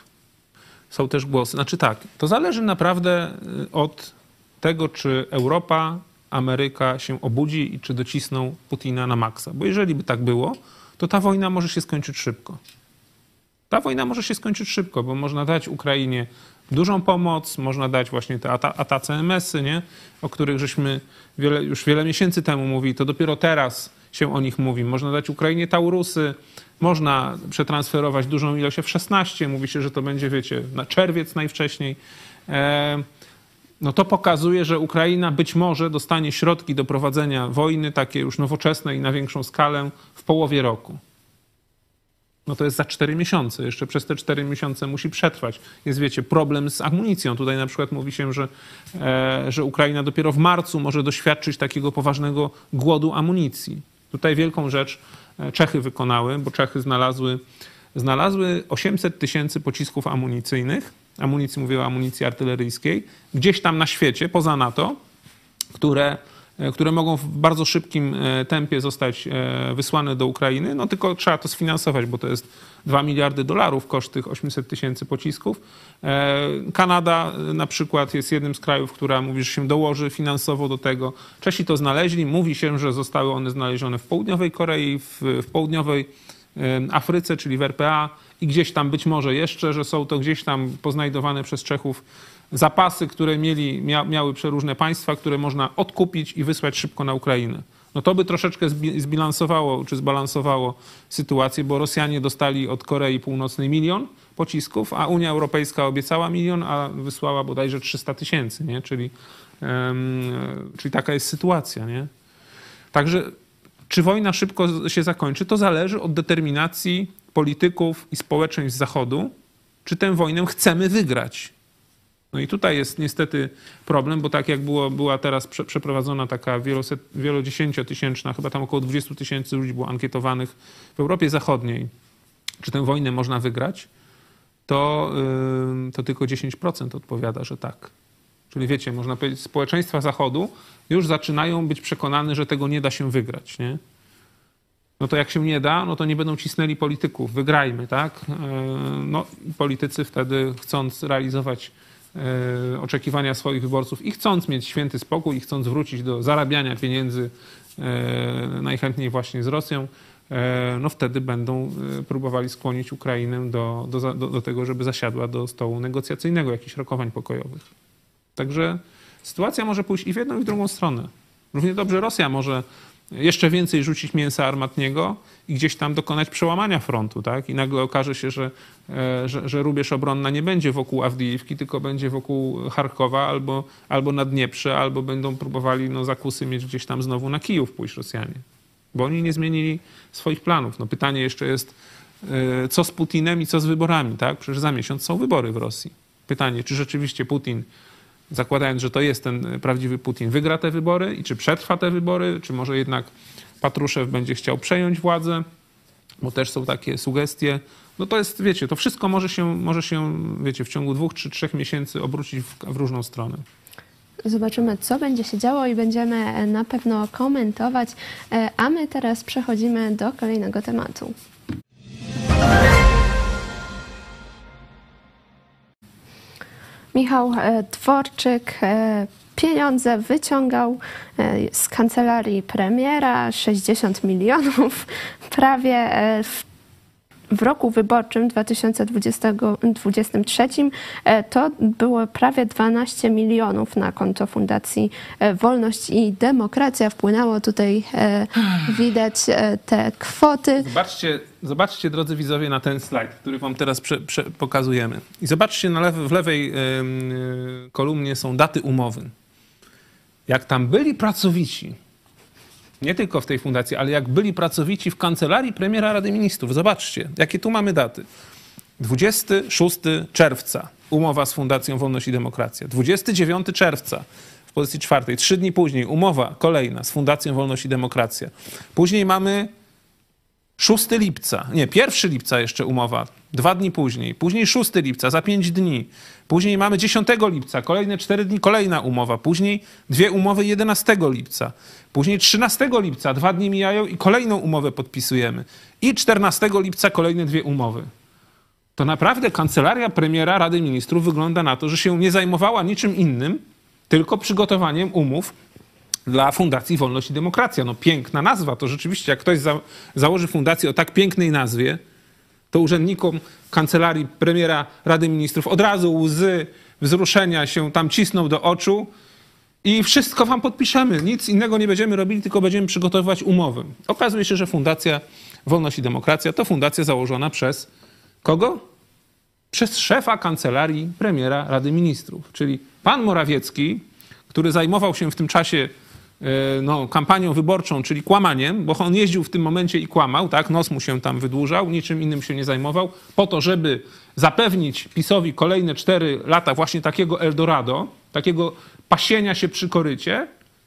są też głosy. Znaczy tak, to zależy naprawdę od tego, czy Europa, Ameryka się obudzi i czy docisną Putina na maksa. Bo jeżeli by tak było, to ta wojna może się skończyć szybko. Ta wojna może się skończyć szybko, bo można dać Ukrainie dużą pomoc, można dać właśnie te atace em esy, nie? O których żeśmy wiele, już wiele miesięcy temu mówili, to dopiero teraz się o nich mówi. Można dać Ukrainie Taurusy, można przetransferować dużą ilość F szesnaście, mówi się, że to będzie, wiecie, na czerwiec najwcześniej. E, no to pokazuje, że Ukraina być może dostanie środki do prowadzenia wojny, takie już nowoczesne i na większą skalę, w połowie roku. No to jest za cztery miesiące. Jeszcze przez te cztery miesiące musi przetrwać. Jest, wiecie, problem z amunicją. Tutaj na przykład mówi się, że, e, że Ukraina dopiero w marcu może doświadczyć takiego poważnego głodu amunicji. Tutaj wielką rzecz Czechy wykonały, bo Czechy znalazły, znalazły osiemset tysięcy pocisków amunicyjnych, amunicji, mówię o amunicji artyleryjskiej, gdzieś tam na świecie, poza NATO, które, które mogą w bardzo szybkim tempie zostać wysłane do Ukrainy, no tylko trzeba to sfinansować, bo to jest dwa miliardy dolarów koszt tych osiemset tysięcy pocisków. Kanada na przykład jest jednym z krajów, która mówi, że się dołoży finansowo do tego. Czesi to znaleźli. Mówi się, że zostały one znalezione w południowej Korei, w, w południowej Afryce, czyli w er pe a i gdzieś tam być może jeszcze, że są to gdzieś tam poznajdowane przez Czechów zapasy, które mieli, mia, miały przeróżne państwa, które można odkupić i wysłać szybko na Ukrainę. No to by troszeczkę zbilansowało, czy zbalansowało sytuację, bo Rosjanie dostali od Korei Północnej milion pocisków, a Unia Europejska obiecała milion, a wysłała bodajże trzysta tysięcy, nie? Czyli, um, czyli taka jest sytuacja, nie? Także czy wojna szybko się zakończy, to zależy od determinacji polityków i społeczeństw Zachodu, czy tę wojnę chcemy wygrać. No i tutaj jest niestety problem, bo tak jak było, była teraz prze, przeprowadzona taka wieloset, wielodziesięciotysięczna, chyba tam około dwadzieścia tysięcy ludzi było ankietowanych w Europie Zachodniej, czy tę wojnę można wygrać, to, yy, to tylko dziesięć procent odpowiada, że tak. Czyli wiecie, można powiedzieć, społeczeństwa Zachodu już zaczynają być przekonane, że tego nie da się wygrać, nie? No to jak się nie da, no to nie będą cisnęli polityków. Wygrajmy, tak? No politycy wtedy, chcąc realizować oczekiwania swoich wyborców i chcąc mieć święty spokój i chcąc wrócić do zarabiania pieniędzy najchętniej właśnie z Rosją, no wtedy będą próbowali skłonić Ukrainę do, do, do, do tego, żeby zasiadła do stołu negocjacyjnego, jakichś rokowań pokojowych. Także sytuacja może pójść i w jedną, i w drugą stronę. Równie dobrze Rosja może jeszcze więcej rzucić mięsa armatniego i gdzieś tam dokonać przełamania frontu, tak? I nagle okaże się, że, że, że rubież obronna nie będzie wokół Awdijivki, tylko będzie wokół Charkowa albo, albo na Dnieprze, albo będą próbowali no, zakusy mieć gdzieś tam znowu na Kijów pójść Rosjanie. Bo oni nie zmienili swoich planów. No, pytanie jeszcze jest, co z Putinem i co z wyborami, tak? Przecież za miesiąc są wybory w Rosji. Pytanie, czy rzeczywiście Putin, zakładając, że to jest ten prawdziwy Putin, wygra te wybory i czy przetrwa te wybory, czy może jednak Patruszew będzie chciał przejąć władzę, bo też są takie sugestie. No to jest, wiecie, to wszystko może się, może się wiecie, w ciągu dwóch czy trzech miesięcy obrócić w, w różną stronę. Zobaczymy, co będzie się działo i będziemy na pewno komentować, a my teraz przechodzimy do kolejnego tematu. Michał Dworczyk, pieniądze wyciągał z kancelarii premiera, sześćdziesiąt milionów prawie w W roku wyborczym dwa tysiące dwudziestym trzecim to było prawie dwanaście milionów na konto Fundacji Wolność i Demokracja. Wpłynęło tutaj, widać te kwoty. Zobaczcie, zobaczcie, drodzy widzowie, na ten slajd, który wam teraz prze, prze, pokazujemy. I zobaczcie, na lewy, w lewej yy, kolumnie są daty umowy. Jak tam byli pracowici, nie tylko w tej fundacji, ale jak byli pracowici w kancelarii premiera Rady Ministrów. Zobaczcie, jakie tu mamy daty. dwudziestego szóstego czerwca umowa z Fundacją Wolność i Demokracja. dwudziestego dziewiątego czerwca w pozycji czwartej, trzy dni później umowa kolejna z Fundacją Wolność i Demokracja. Później mamy szóstego lipca, nie, pierwszego lipca jeszcze umowa, dwa dni później. Później szóstego lipca, za pięć dni. Później mamy dziesiątego lipca, kolejne cztery dni, kolejna umowa. Później dwie umowy jedenastego lipca. Później trzynastego lipca, dwa dni mijają i kolejną umowę podpisujemy. I czternastego lipca kolejne dwie umowy. To naprawdę kancelaria premiera Rady Ministrów wygląda na to, że się nie zajmowała niczym innym, tylko przygotowaniem umów dla Fundacji Wolność i Demokracja. No piękna nazwa, to rzeczywiście jak ktoś za, założy fundację o tak pięknej nazwie, to urzędnikom kancelarii premiera Rady Ministrów od razu łzy wzruszenia się tam cisną do oczu i wszystko wam podpiszemy. Nic innego nie będziemy robili, tylko będziemy przygotowywać umowy. Okazuje się, że Fundacja Wolność i Demokracja to fundacja założona przez kogo? Przez szefa kancelarii premiera Rady Ministrów, czyli pan Morawiecki, który zajmował się w tym czasie no, kampanią wyborczą, czyli kłamaniem, bo on jeździł w tym momencie i kłamał, tak? Nos mu się tam wydłużał, niczym innym się nie zajmował, po to, żeby zapewnić PiS-owi kolejne cztery lata właśnie takiego Eldorado, takiego pasienia się przy korycie.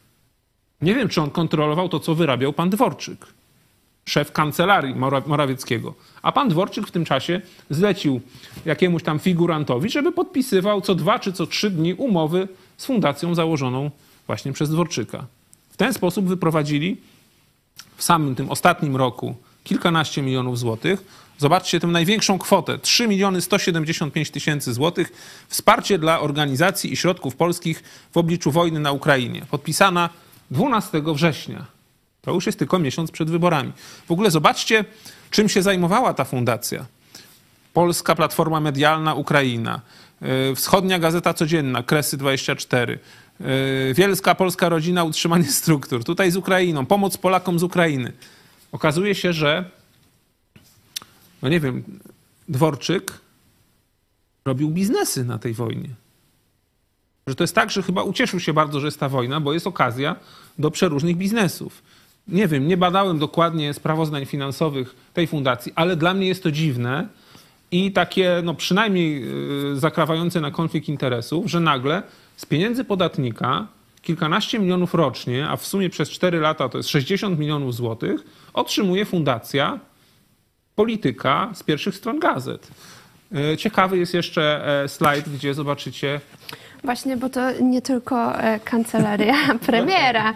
Nie wiem, czy on kontrolował to, co wyrabiał pan Dworczyk, szef kancelarii Morawieckiego. A pan Dworczyk w tym czasie zlecił jakiemuś tam figurantowi, żeby podpisywał co dwa czy co trzy dni umowy z fundacją założoną właśnie przez Dworczyka. W ten sposób wyprowadzili w samym tym ostatnim roku kilkanaście milionów złotych. Zobaczcie tę największą kwotę, trzy miliony sto siedemdziesiąt pięć tysięcy złotych, wsparcie dla organizacji i środków polskich w obliczu wojny na Ukrainie. Podpisana dwunastego września. To już jest tylko miesiąc przed wyborami. W ogóle zobaczcie, czym się zajmowała ta fundacja. Polska Platforma Medialna Ukraina, Wschodnia Gazeta Codzienna, Kresy dwadzieścia cztery, Wielska Polska Rodzina, utrzymanie struktur. Tutaj z Ukrainą, pomoc Polakom z Ukrainy. Okazuje się, że no nie wiem, Dworczyk robił biznesy na tej wojnie. Że to jest tak, że chyba ucieszył się bardzo, że jest ta wojna, bo jest okazja do przeróżnych biznesów. Nie wiem, nie badałem dokładnie sprawozdań finansowych tej fundacji, ale dla mnie jest to dziwne i takie no przynajmniej yy, zakrawające na konflikt interesów, że nagle z pieniędzy podatnika kilkanaście milionów rocznie, a w sumie przez cztery lata to jest sześćdziesiąt milionów złotych, otrzymuje fundacja polityka z pierwszych stron gazet. Ciekawy jest jeszcze slajd, gdzie zobaczycie... Właśnie, bo to nie tylko kancelaria premiera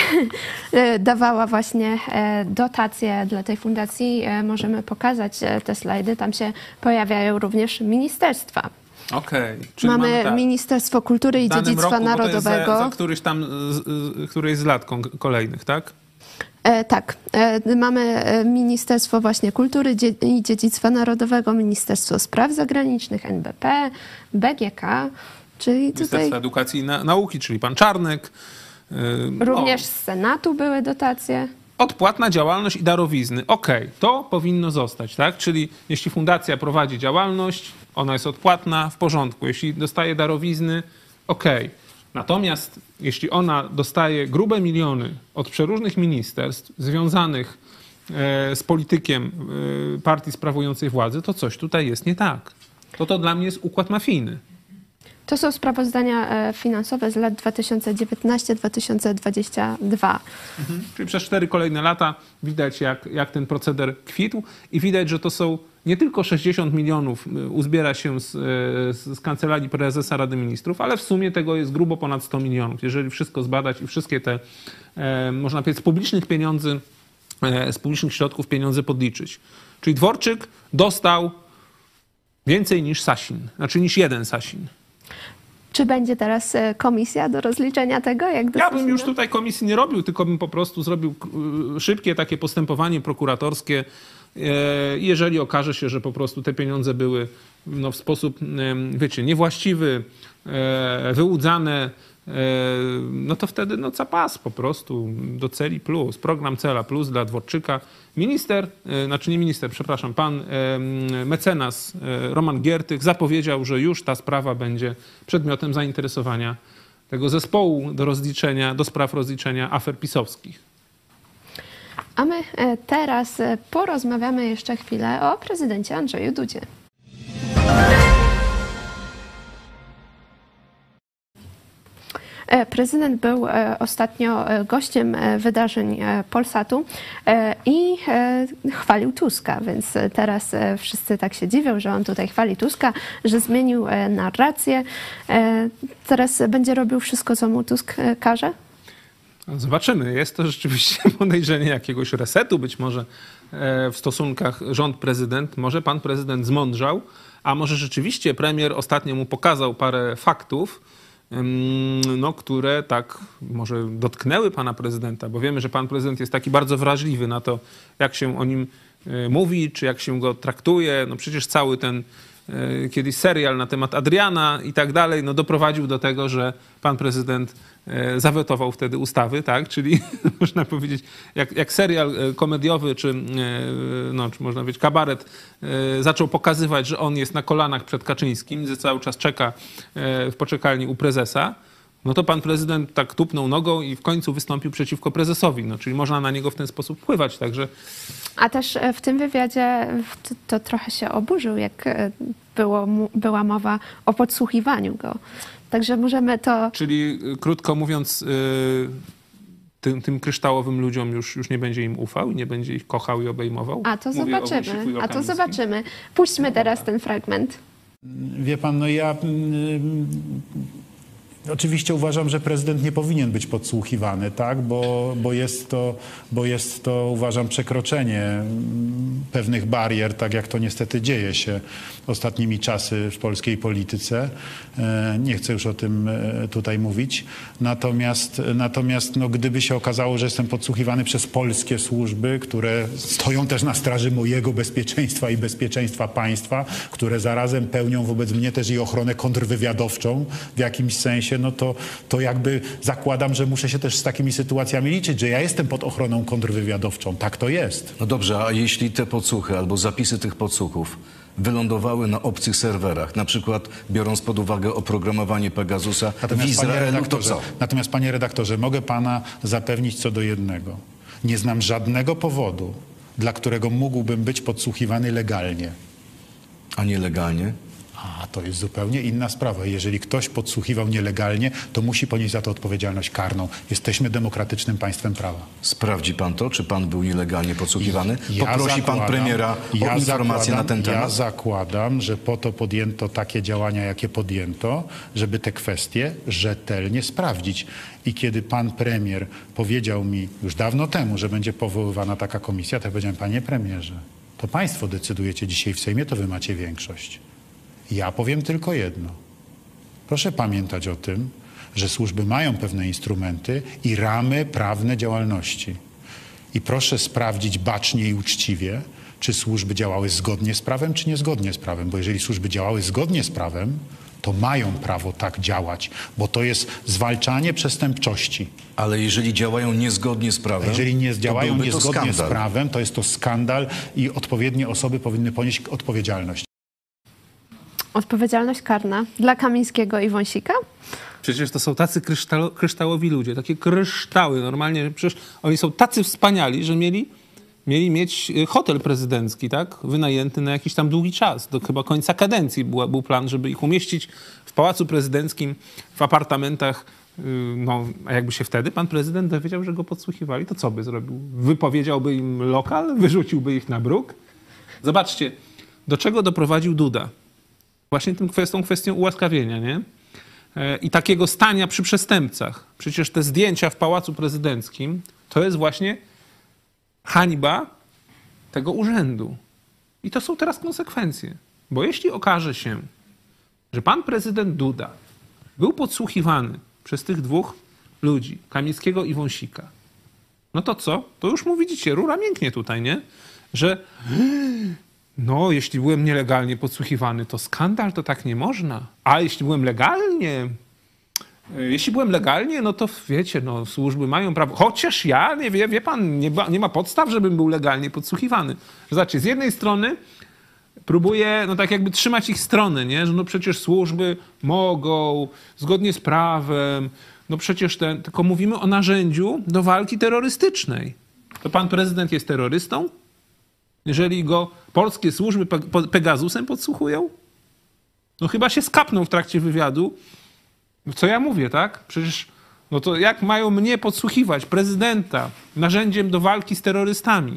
dawała właśnie dotacje dla tej fundacji. Możemy pokazać te slajdy. Tam się pojawiają również ministerstwa. Okej. Okay. Mamy, mamy tak, Ministerstwo Kultury i Dziedzictwa roku, Narodowego. Za, za któryś tam, z, któryś z lat kolejnych, tak? E, tak. E, mamy Ministerstwo właśnie Kultury i Dziedzictwa Narodowego, Ministerstwo Spraw Zagranicznych, N B P, B G K, czyli Ministerstwo tutaj... Edukacji i Nauki, czyli pan Czarnek. E, Również o. z Senatu były dotacje. Odpłatna działalność i darowizny. Okej, okay, to powinno zostać, tak? Czyli jeśli fundacja prowadzi działalność, ona jest odpłatna, w porządku. Jeśli dostaje darowizny, okej. Okay. Natomiast jeśli ona dostaje grube miliony od przeróżnych ministerstw związanych z politykiem partii sprawującej władzę, to coś tutaj jest nie tak. To to dla mnie jest układ mafijny. To są sprawozdania finansowe z lat dwa tysiące dziewiętnasty do dwa tysiące dwudziestego drugiego. Mhm. Czyli przez cztery kolejne lata widać, jak, jak ten proceder kwitł i widać, że to są nie tylko sześćdziesiąt milionów uzbiera się z, z kancelarii prezesa Rady Ministrów, ale w sumie tego jest grubo ponad sto milionów. Jeżeli wszystko zbadać i wszystkie te, e, można powiedzieć, z publicznych pieniędzy, e, z publicznych środków pieniądze podliczyć. Czyli Dworczyk dostał więcej niż Sasin, znaczy niż jeden Sasin. Czy będzie teraz e, komisja do rozliczenia tego? Jak Ja bym już tutaj komisji nie robił, tylko bym po prostu zrobił y, szybkie takie postępowanie prokuratorskie. E, jeżeli okaże się, że po prostu te pieniądze były no, w sposób, e, wiecie, niewłaściwy, e, wyłudzane, e, no to wtedy no capas po prostu do Celi Plus, program Cela Plus dla Dworczyka. Minister, e, znaczy nie minister, przepraszam, pan e, mecenas e, Roman Giertych zapowiedział, że już ta sprawa będzie przedmiotem zainteresowania tego zespołu do rozliczenia, do spraw rozliczenia afer pisowskich. A my e, teraz e, porozmawiamy jeszcze chwilę o prezydencie Andrzeju Dudzie. Prezydent był ostatnio gościem wydarzeń Polsatu i chwalił Tuska, więc teraz wszyscy tak się dziwią, że on tutaj chwali Tuska, że zmienił narrację. Teraz będzie robił wszystko, co mu Tusk każe? Zobaczymy. Jest to rzeczywiście podejrzenie jakiegoś resetu być może w stosunkach rząd-prezydent. Może pan prezydent zmądrzał, a może rzeczywiście premier ostatnio mu pokazał parę faktów, no, które tak może dotknęły pana prezydenta, bo wiemy, że pan prezydent jest taki bardzo wrażliwy na to, jak się o nim mówi, czy jak się go traktuje. No przecież cały ten kiedyś serial na temat Adriana i tak dalej, no doprowadził do tego, że pan prezydent zawetował wtedy ustawy, tak? Czyli można powiedzieć, jak, jak serial komediowy, czy, no, czy można powiedzieć kabaret zaczął pokazywać, że on jest na kolanach przed Kaczyńskim, że cały czas czeka w poczekalni u prezesa, no to pan prezydent tak tupnął nogą i w końcu wystąpił przeciwko prezesowi. No, czyli można na niego w ten sposób wpływać, także... A też w tym wywiadzie to, to trochę się oburzył, jak było, była mowa o podsłuchiwaniu go. Także możemy to... Czyli krótko mówiąc, tym, tym kryształowym ludziom już, już nie będzie im ufał i nie będzie ich kochał i obejmował? A to Mówię zobaczymy, a to zobaczymy. Puśćmy teraz ten fragment. Wie pan, no ja... Oczywiście uważam, że prezydent nie powinien być podsłuchiwany, tak? bo, bo, jest to, bo jest to, uważam, przekroczenie pewnych barier, tak jak to niestety dzieje się ostatnimi czasy w polskiej polityce. Nie chcę już o tym tutaj mówić. Natomiast, natomiast no, gdyby się okazało, że jestem podsłuchiwany przez polskie służby, które stoją też na straży mojego bezpieczeństwa i bezpieczeństwa państwa, które zarazem pełnią wobec mnie też i ochronę kontrwywiadowczą w jakimś sensie, no to, to jakby zakładam, że muszę się też z takimi sytuacjami liczyć, że ja jestem pod ochroną kontrwywiadowczą. Tak to jest. No dobrze, a jeśli te podsłuchy albo zapisy tych podsłuchów wylądowały na obcych serwerach, na przykład biorąc pod uwagę oprogramowanie Pegasusa w Izraelu, to co? Natomiast, panie redaktorze, mogę pana zapewnić co do jednego. Nie znam żadnego powodu, dla którego mógłbym być podsłuchiwany legalnie. A nielegalnie? A to jest zupełnie inna sprawa. Jeżeli ktoś podsłuchiwał nielegalnie, to musi ponieść za to odpowiedzialność karną. Jesteśmy demokratycznym państwem prawa. Sprawdzi pan to, czy pan był nielegalnie podsłuchiwany? Ja Poprosi zakładam, pan premiera o ja informację zakładam, na ten temat? Ja zakładam, że po to podjęto takie działania, jakie podjęto, żeby te kwestie rzetelnie sprawdzić. I kiedy pan premier powiedział mi już dawno temu, że będzie powoływana taka komisja, to ja powiedziałem, panie premierze, to państwo decydujecie dzisiaj w Sejmie, to wy macie większość. Ja powiem tylko jedno. Proszę pamiętać o tym, że służby mają pewne instrumenty i ramy prawne działalności. I proszę sprawdzić bacznie i uczciwie, czy służby działały zgodnie z prawem, czy niezgodnie z prawem. Bo jeżeli służby działały zgodnie z prawem, to mają prawo tak działać, bo to jest zwalczanie przestępczości. Ale jeżeli działają niezgodnie z prawem, jeżeli nie działają to niezgodnie z prawem, to jest to skandal i odpowiednie osoby powinny ponieść odpowiedzialność. Odpowiedzialność karna dla Kamińskiego i Wąsika? Przecież to są tacy kryształ, kryształowi ludzie, takie kryształy. Normalnie przecież oni są tacy wspaniali, że mieli, mieli mieć hotel prezydencki, tak? Wynajęty na jakiś tam długi czas. Do chyba końca kadencji był, był plan, żeby ich umieścić w Pałacu Prezydenckim, w apartamentach. No, a jakby się wtedy pan prezydent dowiedział, że go podsłuchiwali, to co by zrobił? Wypowiedziałby im lokal? Wyrzuciłby ich na bruk? Zobaczcie, do czego doprowadził Duda. Właśnie tym kwestią, kwestią ułaskawienia, nie? I takiego stania przy przestępcach. Przecież te zdjęcia w Pałacu Prezydenckim to jest właśnie hańba tego urzędu. I to są teraz konsekwencje. Bo jeśli okaże się, że pan prezydent Duda był podsłuchiwany przez tych dwóch ludzi, Kamińskiego i Wąsika, no to co? To już mu widzicie, rura mięknie tutaj, nie? Że no, jeśli byłem nielegalnie podsłuchiwany, to skandal, to tak nie można. A jeśli byłem legalnie, jeśli byłem legalnie, no to wiecie, no, służby mają prawo. Chociaż ja, nie wie, wie pan, nie, nie ma podstaw, żebym był legalnie podsłuchiwany. Znaczy, z jednej strony próbuję, no tak jakby trzymać ich stronę, nie? Że no przecież służby mogą, zgodnie z prawem, no przecież ten, tylko mówimy o narzędziu do walki terrorystycznej. To pan prezydent jest terrorystą? Jeżeli go polskie służby Pe- Pegasusem podsłuchują? No chyba się skapną w trakcie wywiadu. Co ja mówię, tak? Przecież, no to jak mają mnie podsłuchiwać, prezydenta, narzędziem do walki z terrorystami?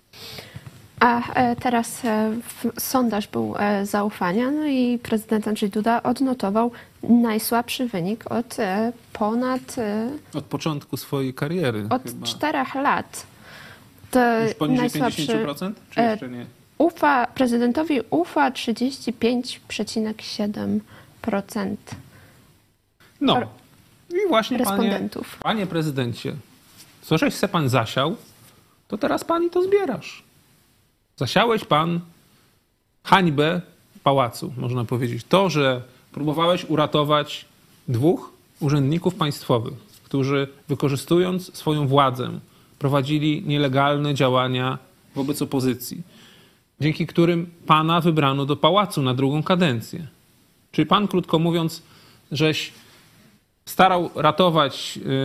A e, teraz e, w, sondaż był e, zaufania, no i prezydent Andrzej Duda odnotował najsłabszy wynik od e, ponad... E, Od początku swojej kariery. Od chyba. czterech lat. To Już poniżej najsłabszy, pięćdziesiąt procent? Czy jeszcze nie? Ufa, prezydentowi ufa trzydzieści pięć przecinek siedem procent. No. I właśnie, panie, respondentów. panie prezydencie, co żeś se pan zasiał, to teraz pani to zbierasz. Zasiałeś pan hańbę pałacu, można powiedzieć. To, że próbowałeś uratować dwóch urzędników państwowych, którzy wykorzystując swoją władzę prowadzili nielegalne działania wobec opozycji, dzięki którym pana wybrano do pałacu na drugą kadencję. Czyli pan, krótko mówiąc, żeś starał ratować yy,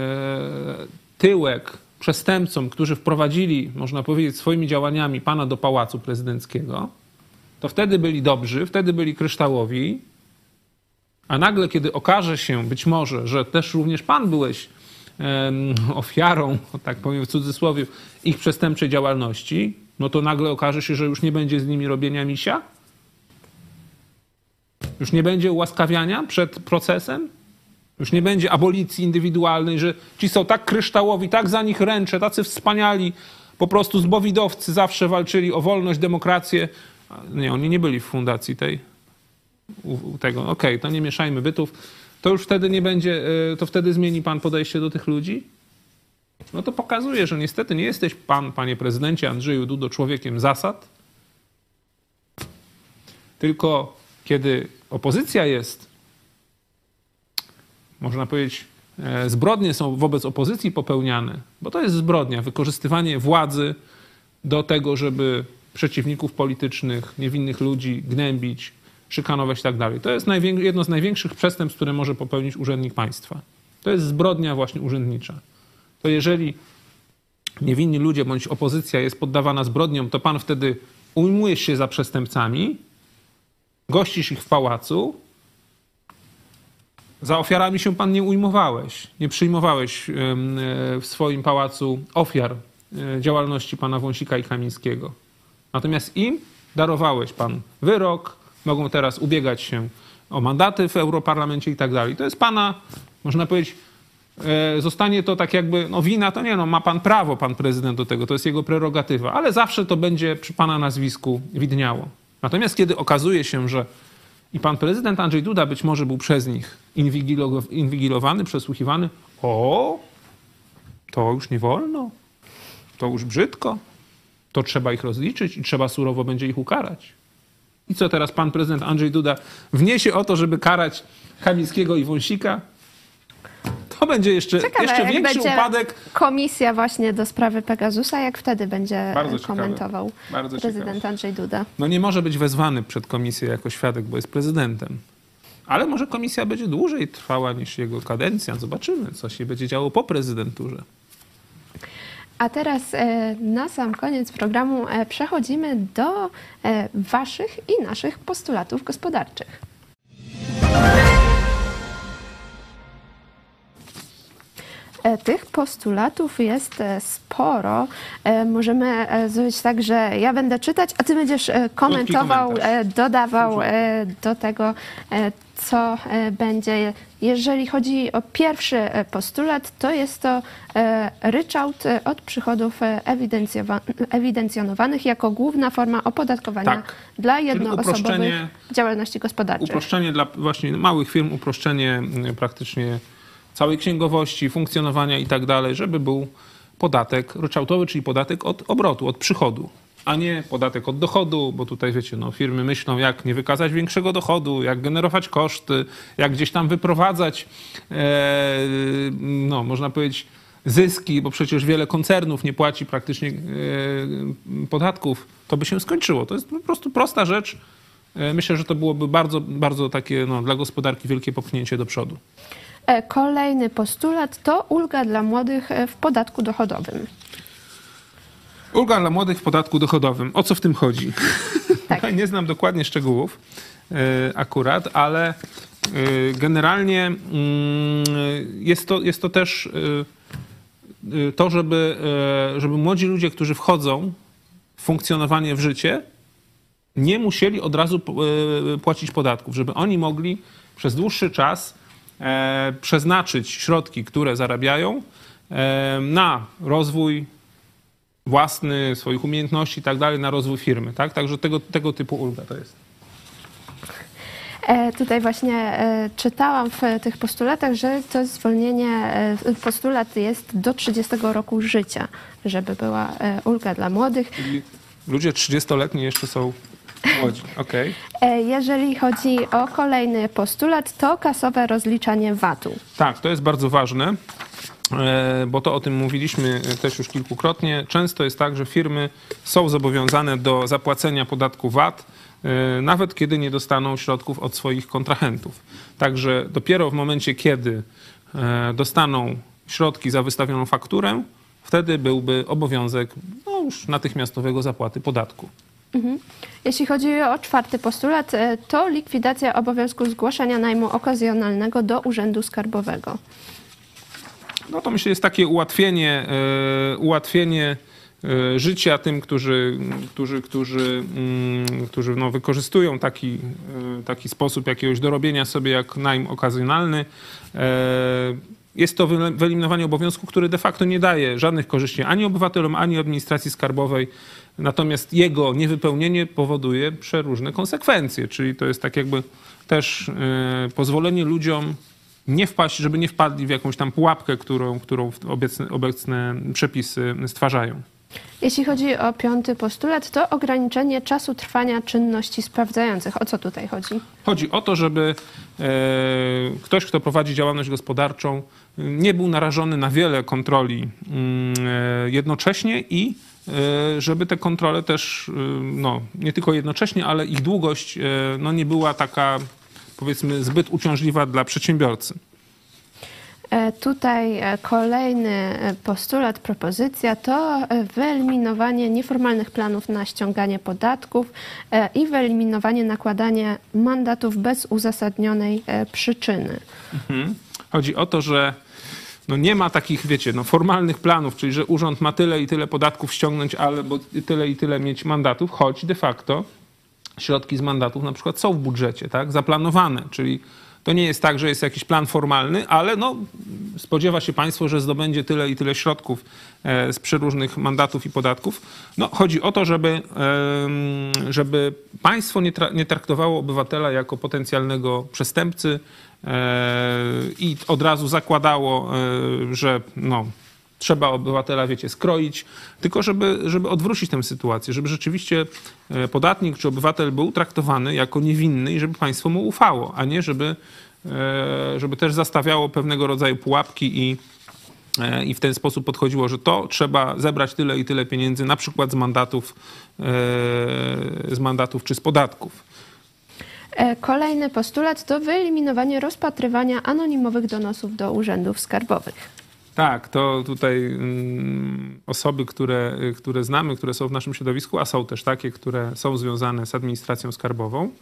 tyłek przestępcom, którzy wprowadzili, można powiedzieć, swoimi działaniami pana do pałacu prezydenckiego, to wtedy byli dobrzy, wtedy byli kryształowi, a nagle, kiedy okaże się być może, że też również pan byłeś em, ofiarą, tak powiem w cudzysłowie, ich przestępczej działalności, no to nagle okaże się, że już nie będzie z nimi robienia misia? Już nie będzie ułaskawiania przed procesem? Już nie będzie abolicji indywidualnej, że ci są tak kryształowi, tak za nich ręczę, tacy wspaniali, po prostu zbowidowcy zawsze walczyli o wolność, demokrację. Nie, oni nie byli w fundacji tej, u, u tego. Okej, okay, to nie mieszajmy bytów. To już wtedy nie będzie, to wtedy zmieni pan podejście do tych ludzi? No to pokazuje, że niestety nie jesteś pan, panie prezydencie Andrzeju Dudo, człowiekiem zasad, tylko kiedy opozycja jest, można powiedzieć, zbrodnie są wobec opozycji popełniane, bo to jest zbrodnia, wykorzystywanie władzy do tego, żeby przeciwników politycznych, niewinnych ludzi gnębić, szykanować i tak dalej. To jest jedno z największych przestępstw, które może popełnić urzędnik państwa. To jest zbrodnia właśnie urzędnicza. To jeżeli niewinni ludzie bądź opozycja jest poddawana zbrodniom, to pan wtedy ujmujesz się za przestępcami, gościsz ich w pałacu, za ofiarami się pan nie ujmowałeś, nie przyjmowałeś w swoim pałacu ofiar działalności pana Wąsika i Kamińskiego. Natomiast im darowałeś pan wyrok, mogą teraz ubiegać się o mandaty w Europarlamencie i tak dalej. To jest pana, można powiedzieć, zostanie to tak jakby, no wina to nie, no ma pan prawo, pan prezydent do tego, to jest jego prerogatywa, ale zawsze to będzie przy pana nazwisku widniało. Natomiast kiedy okazuje się, że i pan prezydent Andrzej Duda być może był przez nich inwigilowany, przesłuchiwany, o, to już nie wolno, to już brzydko, to trzeba ich rozliczyć i trzeba surowo będzie ich ukarać. I co teraz pan prezydent Andrzej Duda wniesie o to, żeby karać Kamińskiego i Wąsika? To będzie jeszcze, ciekawe, jeszcze większy będzie upadek. Komisja właśnie do sprawy Pegasusa, jak wtedy będzie Bardzo komentował Bardzo prezydent ciekawe. Andrzej Duda? No nie może być wezwany przed komisję jako świadek, bo jest prezydentem. Ale może komisja będzie dłużej trwała niż jego kadencja. Zobaczymy, co się będzie działo po prezydenturze. A teraz e, na sam koniec programu e, przechodzimy do e, waszych i naszych postulatów gospodarczych. E, Tych postulatów jest e, sporo. E, Możemy e, zrobić tak, że ja będę czytać, a ty będziesz e, komentował, komentarz. e, dodawał e, do tego, e, co e, będzie. Jeżeli chodzi o pierwszy e, postulat, to jest to e, ryczałt e, od przychodów e, ewidencjowa- ewidencjonowanych jako główna forma opodatkowania Tak. dla Czyli jednoosobowych uproszczenie- działalności gospodarczych. Uproszczenie dla właśnie małych firm, uproszczenie y, praktycznie całej księgowości, funkcjonowania i tak dalej, żeby był podatek ryczałtowy, czyli podatek od obrotu, od przychodu, a nie podatek od dochodu, bo tutaj wiecie, no, firmy myślą, jak nie wykazać większego dochodu, jak generować koszty, jak gdzieś tam wyprowadzać, e, no, można powiedzieć, zyski, bo przecież wiele koncernów nie płaci praktycznie e, podatków, to by się skończyło. To jest po prostu prosta rzecz. E, myślę, że to byłoby bardzo, bardzo takie no, dla gospodarki wielkie popchnięcie do przodu. E, Kolejny postulat to ulga dla młodych e, w podatku dochodowym. Ulga dla młodych w podatku dochodowym. O co w tym chodzi? Tak. Nie znam dokładnie szczegółów e, akurat, ale e, generalnie mm, jest to, jest to też e, e, to, żeby, e, żeby młodzi ludzie, którzy wchodzą w funkcjonowanie w życie, nie musieli od razu e, płacić podatków, żeby oni mogli przez dłuższy czas e, przeznaczyć środki, które zarabiają e, na rozwój własny, swoich umiejętności i tak dalej, na rozwój firmy, tak? Także tego, tego typu ulga to jest. E, Tutaj właśnie e, czytałam w tych postulatach, że to zwolnienie, e, postulat jest do trzydziestego roku życia, żeby była e, ulga dla młodych. Czyli ludzie trzydziestoletni jeszcze są młodzi. Okej. E, Jeżeli chodzi o kolejny postulat, to kasowe rozliczanie vatu. Tak, to jest bardzo ważne, e, bo to o tym mówiliśmy też już kilkukrotnie. Często jest tak, że firmy są zobowiązane do zapłacenia podatku V A T, e, nawet kiedy nie dostaną środków od swoich kontrahentów. Także dopiero w momencie, kiedy e, dostaną środki za wystawioną fakturę, wtedy byłby obowiązek no, już natychmiastowego zapłaty podatku. Mhm. Jeśli chodzi o czwarty postulat, e, to likwidacja obowiązku zgłaszania najmu okazjonalnego do Urzędu Skarbowego. No to myślę, jest takie ułatwienie, e, ułatwienie e, życia tym, którzy, którzy, którzy, mm, którzy no, wykorzystują taki, e, taki sposób jakiegoś dorobienia sobie jak najm okazjonalny. E, Jest to wy- wyeliminowanie obowiązku, który de facto nie daje żadnych korzyści ani obywatelom, ani administracji skarbowej. Natomiast jego niewypełnienie powoduje przeróżne konsekwencje, czyli to jest tak jakby też e, pozwolenie ludziom nie wpaść, żeby nie wpadli w jakąś tam pułapkę, którą, którą obecne, obecne przepisy stwarzają. Jeśli chodzi o piąty postulat, to ograniczenie czasu trwania czynności sprawdzających. O co tutaj chodzi? Chodzi o to, żeby e, ktoś, kto prowadzi działalność gospodarczą, nie był narażony na wiele kontroli mm, e, jednocześnie i e, żeby te kontrole też, e, no, nie tylko jednocześnie, ale ich długość e, no, nie była taka, powiedzmy, zbyt uciążliwa dla przedsiębiorcy. E, Tutaj e, kolejny e, postulat, propozycja to e, wyeliminowanie nieformalnych planów na ściąganie podatków e, i wyeliminowanie nakładania mandatów bez uzasadnionej e, przyczyny. Mhm. Chodzi o to, że no nie ma takich, wiecie, no formalnych planów, czyli że urząd ma tyle i tyle podatków ściągnąć, albo tyle i tyle mieć mandatów, choć de facto środki z mandatów na przykład są w budżecie, tak, zaplanowane, czyli to nie jest tak, że jest jakiś plan formalny, ale no, spodziewa się państwo, że zdobędzie tyle i tyle środków e, z przeróżnych mandatów i podatków. No, chodzi o to, żeby, e, żeby państwo nie, tra- nie traktowało obywatela jako potencjalnego przestępcy e, i od razu zakładało, e, że no, trzeba obywatela, wiecie, skroić, tylko żeby, żeby odwrócić tę sytuację, żeby rzeczywiście podatnik czy obywatel był traktowany jako niewinny i żeby państwo mu ufało, a nie żeby, żeby też zastawiało pewnego rodzaju pułapki i, i w ten sposób podchodziło, że to trzeba zebrać tyle i tyle pieniędzy, na przykład z mandatów, z mandatów czy z podatków. E, Kolejny postulat to wyeliminowanie rozpatrywania anonimowych donosów do urzędów skarbowych. Tak, to tutaj mm, osoby, które, które znamy, które są w naszym środowisku, a są też takie, które są związane z administracją skarbową,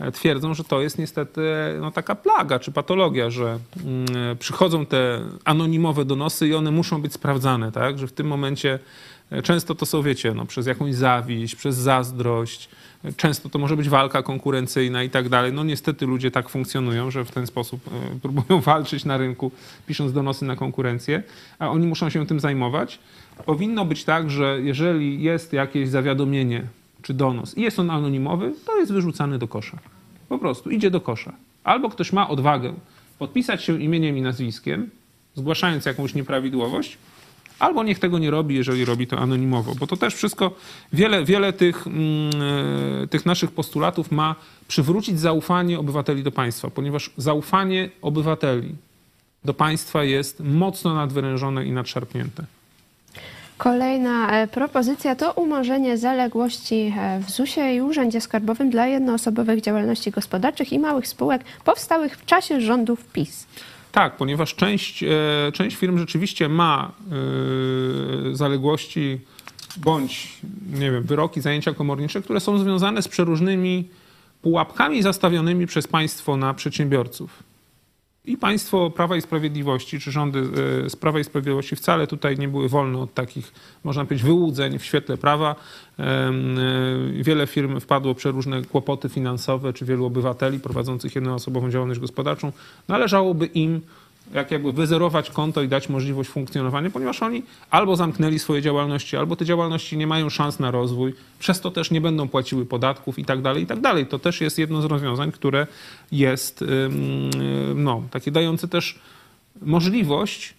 twierdzą, że to jest niestety no, taka plaga czy patologia, że mm, przychodzą te anonimowe donosy i one muszą być sprawdzane, tak? Że w tym momencie często to są, wiecie, no, przez jakąś zawiść, przez zazdrość, często to może być walka konkurencyjna i tak dalej. No niestety ludzie tak funkcjonują, że w ten sposób próbują walczyć na rynku, pisząc donosy na konkurencję, a oni muszą się tym zajmować. Powinno być tak, że jeżeli jest jakieś zawiadomienie czy donos i jest on anonimowy, to jest wyrzucany do kosza. Po prostu idzie do kosza. Albo ktoś ma odwagę podpisać się imieniem i nazwiskiem, zgłaszając jakąś nieprawidłowość, albo niech tego nie robi, jeżeli robi to anonimowo. Bo to też wszystko, wiele, wiele tych, mm, tych naszych postulatów ma przywrócić zaufanie obywateli do państwa, ponieważ zaufanie obywateli do państwa jest mocno nadwyrężone i nadszarpnięte. Kolejna propozycja to umorzenie zaległości w zusie i Urzędzie Skarbowym dla jednoosobowych działalności gospodarczych i małych spółek powstałych w czasie rządów PiS. Tak, ponieważ część, część firm rzeczywiście ma zaległości bądź, nie wiem, wyroki, zajęcia komornicze, które są związane z przeróżnymi pułapkami zastawionymi przez państwo na przedsiębiorców. I państwo Prawa i Sprawiedliwości, czy rządy z Prawa i Sprawiedliwości wcale tutaj nie były wolne od takich, można powiedzieć, wyłudzeń w świetle prawa. Wiele firm wpadło w przeróżne kłopoty finansowe, czy wielu obywateli prowadzących jednoosobową działalność gospodarczą. Należałoby im jak jakby wyzerować konto i dać możliwość funkcjonowania, ponieważ oni albo zamknęli swoje działalności, albo te działalności nie mają szans na rozwój, przez to też nie będą płaciły podatków i tak dalej, i tak dalej. To też jest jedno z rozwiązań, które jest no, takie dające też możliwość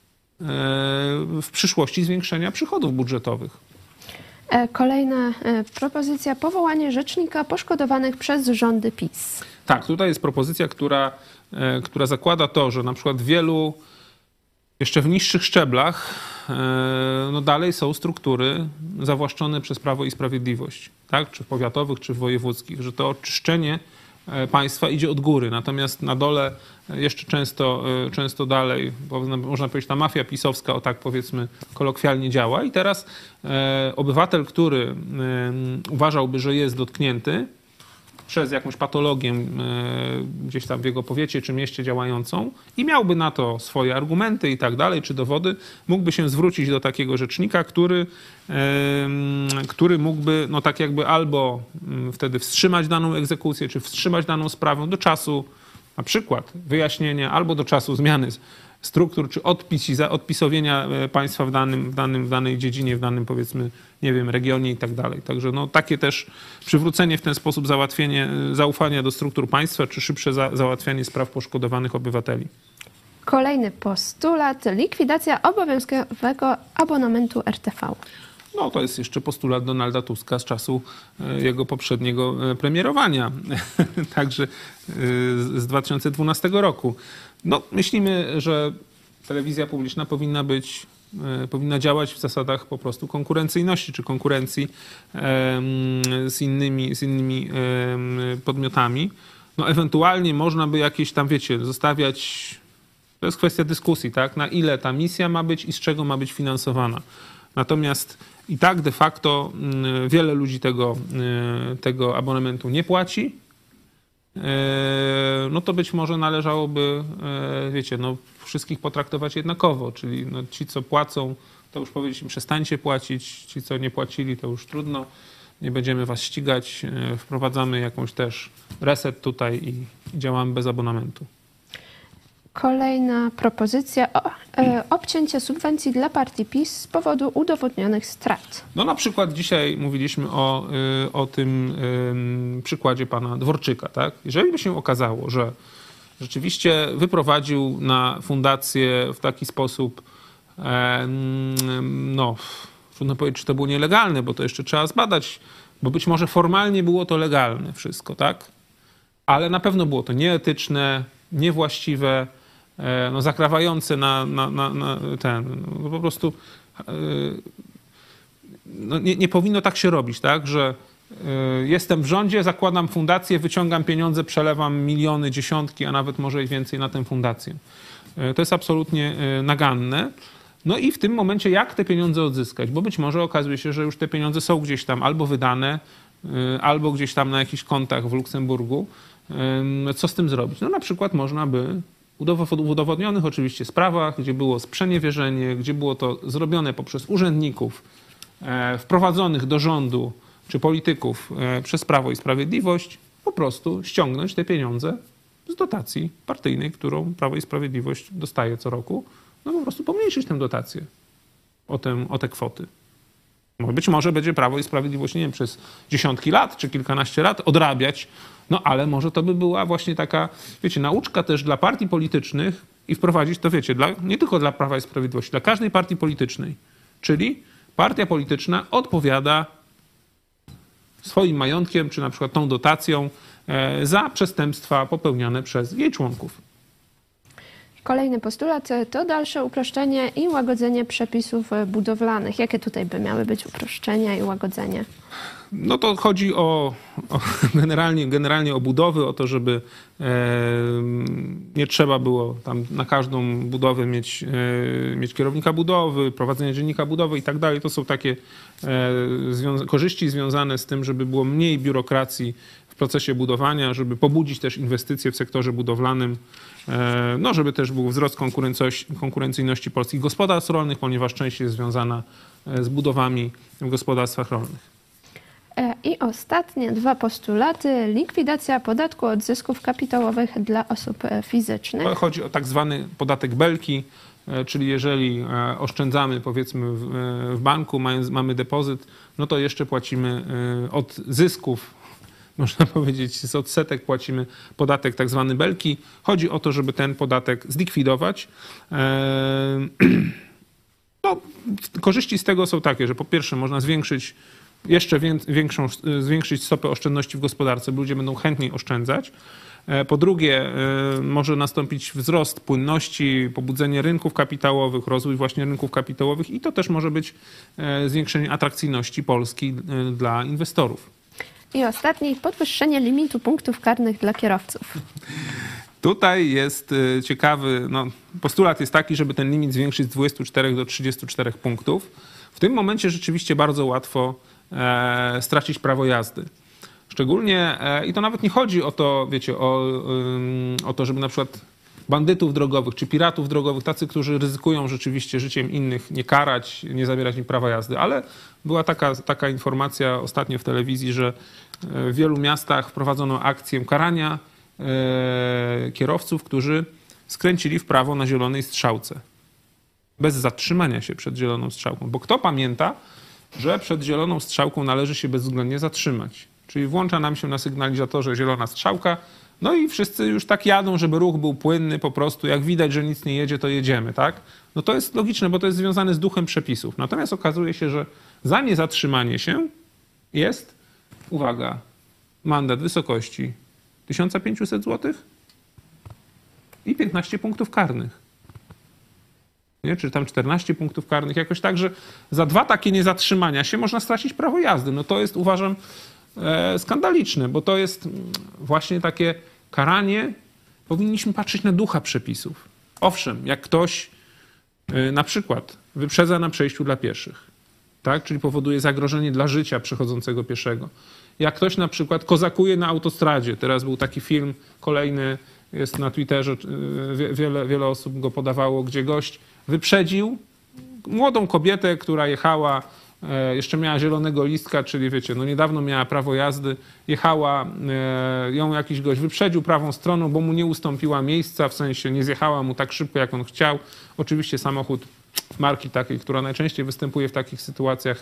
w przyszłości zwiększenia przychodów budżetowych. Kolejna propozycja, powołanie rzecznika poszkodowanych przez rządy PiS. Tak, tutaj jest propozycja, która, która zakłada to, że na przykład w wielu jeszcze w niższych szczeblach no dalej są struktury zawłaszczone przez Prawo i Sprawiedliwość, tak? Czy powiatowych, czy wojewódzkich, że to oczyszczenie państwa idzie od góry, natomiast na dole jeszcze często, często dalej, można powiedzieć, ta mafia pisowska, o tak powiedzmy kolokwialnie działa i teraz obywatel, który uważałby, że jest dotknięty przez jakąś patologię gdzieś tam w jego powiecie czy mieście działającą i miałby na to swoje argumenty i tak dalej, czy dowody, mógłby się zwrócić do takiego rzecznika, który, który mógłby no tak jakby albo wtedy wstrzymać daną egzekucję, czy wstrzymać daną sprawę do czasu na przykład wyjaśnienia, albo do czasu zmiany struktur, czy odpis, odpisowienia państwa w, danym, w, danym, w danej dziedzinie, w danym powiedzmy, nie wiem, regionie i tak dalej. Także no, takie też przywrócenie w ten sposób załatwienie, zaufania do struktur państwa, czy szybsze za, załatwianie spraw poszkodowanych obywateli. Kolejny postulat, likwidacja obowiązkowego abonamentu R T V. No to jest jeszcze postulat Donalda Tuska z czasu jego poprzedniego premierowania, także z dwa tysiące dwunastego roku. No, myślimy, że telewizja publiczna powinna być, powinna działać w zasadach po prostu konkurencyjności, czy konkurencji z innymi, z innymi podmiotami. No, ewentualnie można by jakieś tam, wiecie, zostawiać, to jest kwestia dyskusji, tak, na ile ta misja ma być i z czego ma być finansowana. Natomiast i tak de facto wiele ludzi tego, tego abonamentu nie płaci. No to być może należałoby, wiecie, no wszystkich potraktować jednakowo, czyli no ci, co płacą, to już powiedzieć im przestańcie płacić, ci, co nie płacili, to już trudno, nie będziemy was ścigać, wprowadzamy jakąś też reset tutaj i działamy bez abonamentu. Kolejna propozycja, o, e, obcięcie subwencji dla partii PiS z powodu udowodnionych strat. No na przykład dzisiaj mówiliśmy o, o tym y, przykładzie pana Dworczyka, tak? Jeżeli by się okazało, że rzeczywiście wyprowadził na fundację w taki sposób, e, no trudno powiedzieć, czy to było nielegalne, bo to jeszcze trzeba zbadać, bo być może formalnie było to legalne wszystko, tak? Ale na pewno było to nieetyczne, niewłaściwe, no, zakrawające na, na, na, na ten, no, po prostu no, nie, nie powinno tak się robić, tak, że jestem w rządzie, zakładam fundację, wyciągam pieniądze, przelewam miliony, dziesiątki, a nawet może i więcej na tę fundację. To jest absolutnie naganne. No i w tym momencie jak te pieniądze odzyskać? Bo być może okazuje się, że już te pieniądze są gdzieś tam albo wydane, albo gdzieś tam na jakichś kontach w Luksemburgu, co z tym zrobić? No na przykład można by w udowodnionych oczywiście sprawach, gdzie było sprzeniewierzenie, gdzie było to zrobione poprzez urzędników wprowadzonych do rządu czy polityków przez Prawo i Sprawiedliwość, po prostu ściągnąć te pieniądze z dotacji partyjnej, którą Prawo i Sprawiedliwość dostaje co roku, no po prostu pomniejszyć tę dotację o, tę, o te kwoty. Być może będzie Prawo i Sprawiedliwość, nie wiem, przez dziesiątki lat czy kilkanaście lat odrabiać, no ale może to by była właśnie taka, wiecie, nauczka też dla partii politycznych i wprowadzić to, wiecie, dla, nie tylko dla Prawa i Sprawiedliwości, dla każdej partii politycznej. Czyli partia polityczna odpowiada swoim majątkiem, czy na przykład tą dotacją za przestępstwa popełniane przez jej członków. Kolejny postulat to dalsze uproszczenie i łagodzenie przepisów budowlanych. Jakie tutaj by miały być uproszczenia i łagodzenie? No to chodzi o, o generalnie, generalnie o budowy, o to, żeby e, nie trzeba było tam na każdą budowę mieć, e, mieć kierownika budowy, prowadzenie dziennika budowy i tak dalej. To są takie e, związa- korzyści związane z tym, żeby było mniej biurokracji w procesie budowania, żeby pobudzić też inwestycje w sektorze budowlanym, e, no żeby też był wzrost konkurencyjności polskich gospodarstw rolnych, ponieważ część jest związana z budowami w gospodarstwach rolnych. I ostatnie dwa postulaty. Likwidacja podatku od zysków kapitałowych dla osób fizycznych. Chodzi o tak zwany podatek belki, czyli jeżeli oszczędzamy powiedzmy w banku, mamy depozyt, no to jeszcze płacimy od zysków, można powiedzieć z odsetek płacimy podatek tak zwany belki. Chodzi o to, żeby ten podatek zlikwidować. No, korzyści z tego są takie, że po pierwsze można zwiększyć jeszcze większą, zwiększyć stopę oszczędności w gospodarce, bo ludzie będą chętniej oszczędzać. Po drugie, może nastąpić wzrost płynności, pobudzenie rynków kapitałowych, rozwój właśnie rynków kapitałowych i to też może być zwiększenie atrakcyjności Polski dla inwestorów. I ostatni, podwyższenie limitu punktów karnych dla kierowców. Tutaj jest ciekawy, no, postulat jest taki, żeby ten limit zwiększyć z dwudziestu czterech do trzydziestu czterech punktów. W tym momencie rzeczywiście bardzo łatwo e, stracić prawo jazdy. Szczególnie, e, i to nawet nie chodzi o to, wiecie, o, y, o to, żeby na przykład bandytów drogowych czy piratów drogowych, tacy, którzy ryzykują rzeczywiście życiem innych, nie karać, nie zabierać im prawa jazdy, ale była taka, taka informacja ostatnio w telewizji, że w wielu miastach wprowadzono akcję karania e, kierowców, którzy skręcili w prawo na zielonej strzałce. Bez zatrzymania się przed zieloną strzałką. Bo kto pamięta, że przed zieloną strzałką należy się bezwzględnie zatrzymać. Czyli włącza nam się na sygnalizatorze zielona strzałka, no i wszyscy już tak jadą, żeby ruch był płynny po prostu. Jak widać, że nic nie jedzie, to jedziemy, tak? No to jest logiczne, bo to jest związane z duchem przepisów. Natomiast okazuje się, że za niezatrzymanie się jest, uwaga, mandat w wysokości tysiąc pięćset złotych i piętnaście punktów karnych. Nie? Czy tam czternaście punktów karnych, jakoś tak, że za dwa takie niezatrzymania się można stracić prawo jazdy. No to jest, uważam, e, skandaliczne, bo to jest właśnie takie karanie. Powinniśmy patrzeć na ducha przepisów. Owszem, jak ktoś e, na przykład wyprzedza na przejściu dla pieszych, tak? Czyli powoduje zagrożenie dla życia przechodzącego pieszego. Jak ktoś na przykład kozakuje na autostradzie. Teraz był taki film kolejny, jest na Twitterze, wiele, wiele osób go podawało, gdzie gość wyprzedził młodą kobietę, która jechała, jeszcze miała zielonego listka, czyli wiecie, no niedawno miała prawo jazdy, jechała, ją jakiś gość wyprzedził prawą stroną, bo mu nie ustąpiła miejsca, w sensie nie zjechała mu tak szybko, jak on chciał. Oczywiście samochód marki takiej, która najczęściej występuje w takich sytuacjach.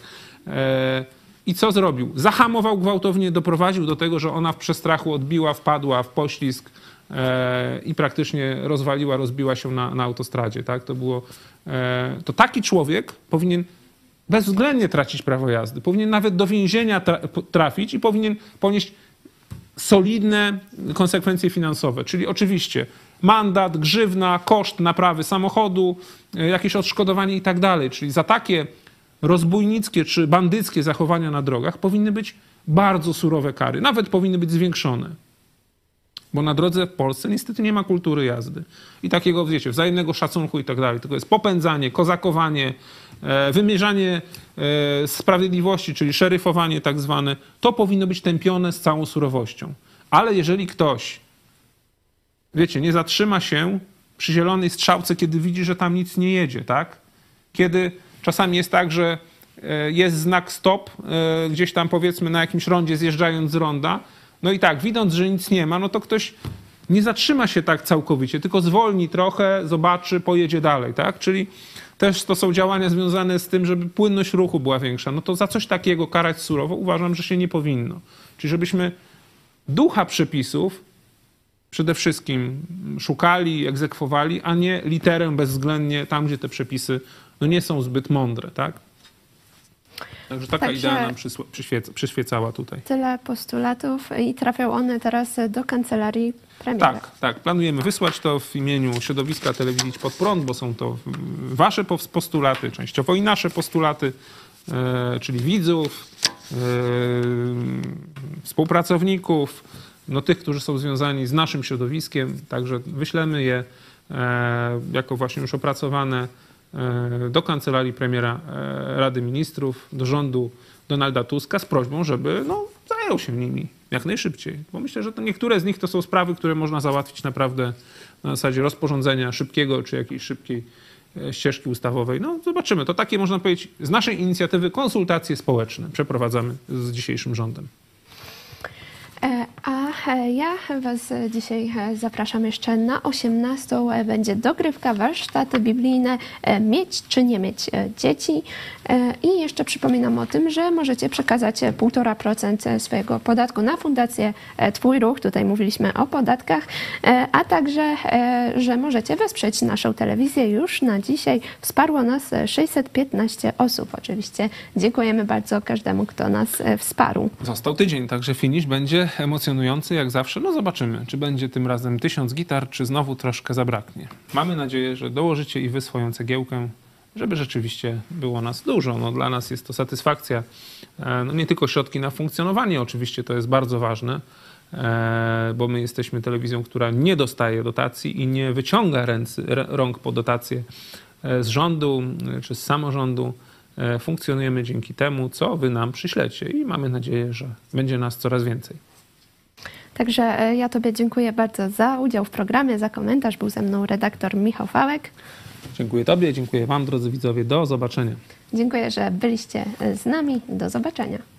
I co zrobił? Zahamował gwałtownie, doprowadził do tego, że ona w przestrachu odbiła, wpadła w poślizg i praktycznie rozwaliła, rozbiła się na, na autostradzie. Tak? To było, to taki człowiek powinien bezwzględnie tracić prawo jazdy. Powinien nawet do więzienia trafić i powinien ponieść solidne konsekwencje finansowe. Czyli oczywiście mandat, grzywna, koszt naprawy samochodu, jakieś odszkodowanie i tak dalej. Czyli za takie rozbójnickie czy bandyckie zachowania na drogach powinny być bardzo surowe kary. Nawet powinny być zwiększone. Bo na drodze w Polsce niestety nie ma kultury jazdy. I takiego, wiecie, wzajemnego szacunku i tak dalej. Tylko jest popędzanie, kozakowanie, e, wymierzanie e, sprawiedliwości, czyli szeryfowanie tak zwane. To powinno być tępione z całą surowością. Ale jeżeli ktoś, wiecie, nie zatrzyma się przy zielonej strzałce, kiedy widzi, że tam nic nie jedzie, tak? Kiedy czasami jest tak, że jest znak stop, gdzieś tam powiedzmy na jakimś rondzie zjeżdżając z ronda, no i tak, widząc, że nic nie ma, no to ktoś nie zatrzyma się tak całkowicie, tylko zwolni trochę, zobaczy, pojedzie dalej, tak? Czyli też to są działania związane z tym, żeby płynność ruchu była większa. No to za coś takiego karać surowo uważam, że się nie powinno. Czyli żebyśmy ducha przepisów przede wszystkim szukali, egzekwowali, a nie literę bezwzględnie tam, gdzie te przepisy no nie są zbyt mądre, tak? Także taka Także idea nam przyświeca, przyświecała tutaj. Tyle postulatów i trafią one teraz do kancelarii premiera. Tak, tak. Planujemy wysłać to w imieniu środowiska Telewizji Idź Pod Prąd, bo są to wasze postulaty, częściowo i nasze postulaty, e, czyli widzów, e, współpracowników, no tych, którzy są związani z naszym środowiskiem. Także wyślemy je e, jako właśnie już opracowane do kancelarii premiera Rady Ministrów, do rządu Donalda Tuska z prośbą, żeby no, zajął się nimi jak najszybciej. Bo myślę, że to niektóre z nich to są sprawy, które można załatwić naprawdę na zasadzie rozporządzenia szybkiego czy jakiejś szybkiej ścieżki ustawowej. No zobaczymy. To takie, można powiedzieć, z naszej inicjatywy konsultacje społeczne przeprowadzamy z dzisiejszym rządem. A ja was dzisiaj zapraszam jeszcze na osiemnastą. Będzie dogrywka, warsztaty biblijne, mieć czy nie mieć dzieci. I jeszcze przypominam o tym, że możecie przekazać półtora procent swojego podatku na Fundację Twój Ruch. Tutaj mówiliśmy o podatkach, a także, że możecie wesprzeć naszą telewizję. Już na dzisiaj wsparło nas sześćset piętnaście osób. Oczywiście dziękujemy bardzo każdemu, kto nas wsparł. Został tydzień, także finisz będzie emocjonujący jak zawsze. No zobaczymy, czy będzie tym razem tysiąc gitar, czy znowu troszkę zabraknie. Mamy nadzieję, że dołożycie i wy swoją cegiełkę, żeby rzeczywiście było nas dużo. No, dla nas jest to satysfakcja. No, nie tylko środki na funkcjonowanie, oczywiście to jest bardzo ważne, bo my jesteśmy telewizją, która nie dostaje dotacji i nie wyciąga ręcy, rąk po dotacje z rządu czy z samorządu. Funkcjonujemy dzięki temu, co wy nam przyślecie i mamy nadzieję, że będzie nas coraz więcej. Także ja tobie dziękuję bardzo za udział w programie, za komentarz. Był ze mną redaktor Michał Fałek. Dziękuję tobie, dziękuję wam, drodzy widzowie. Do zobaczenia. Dziękuję, że byliście z nami. Do zobaczenia.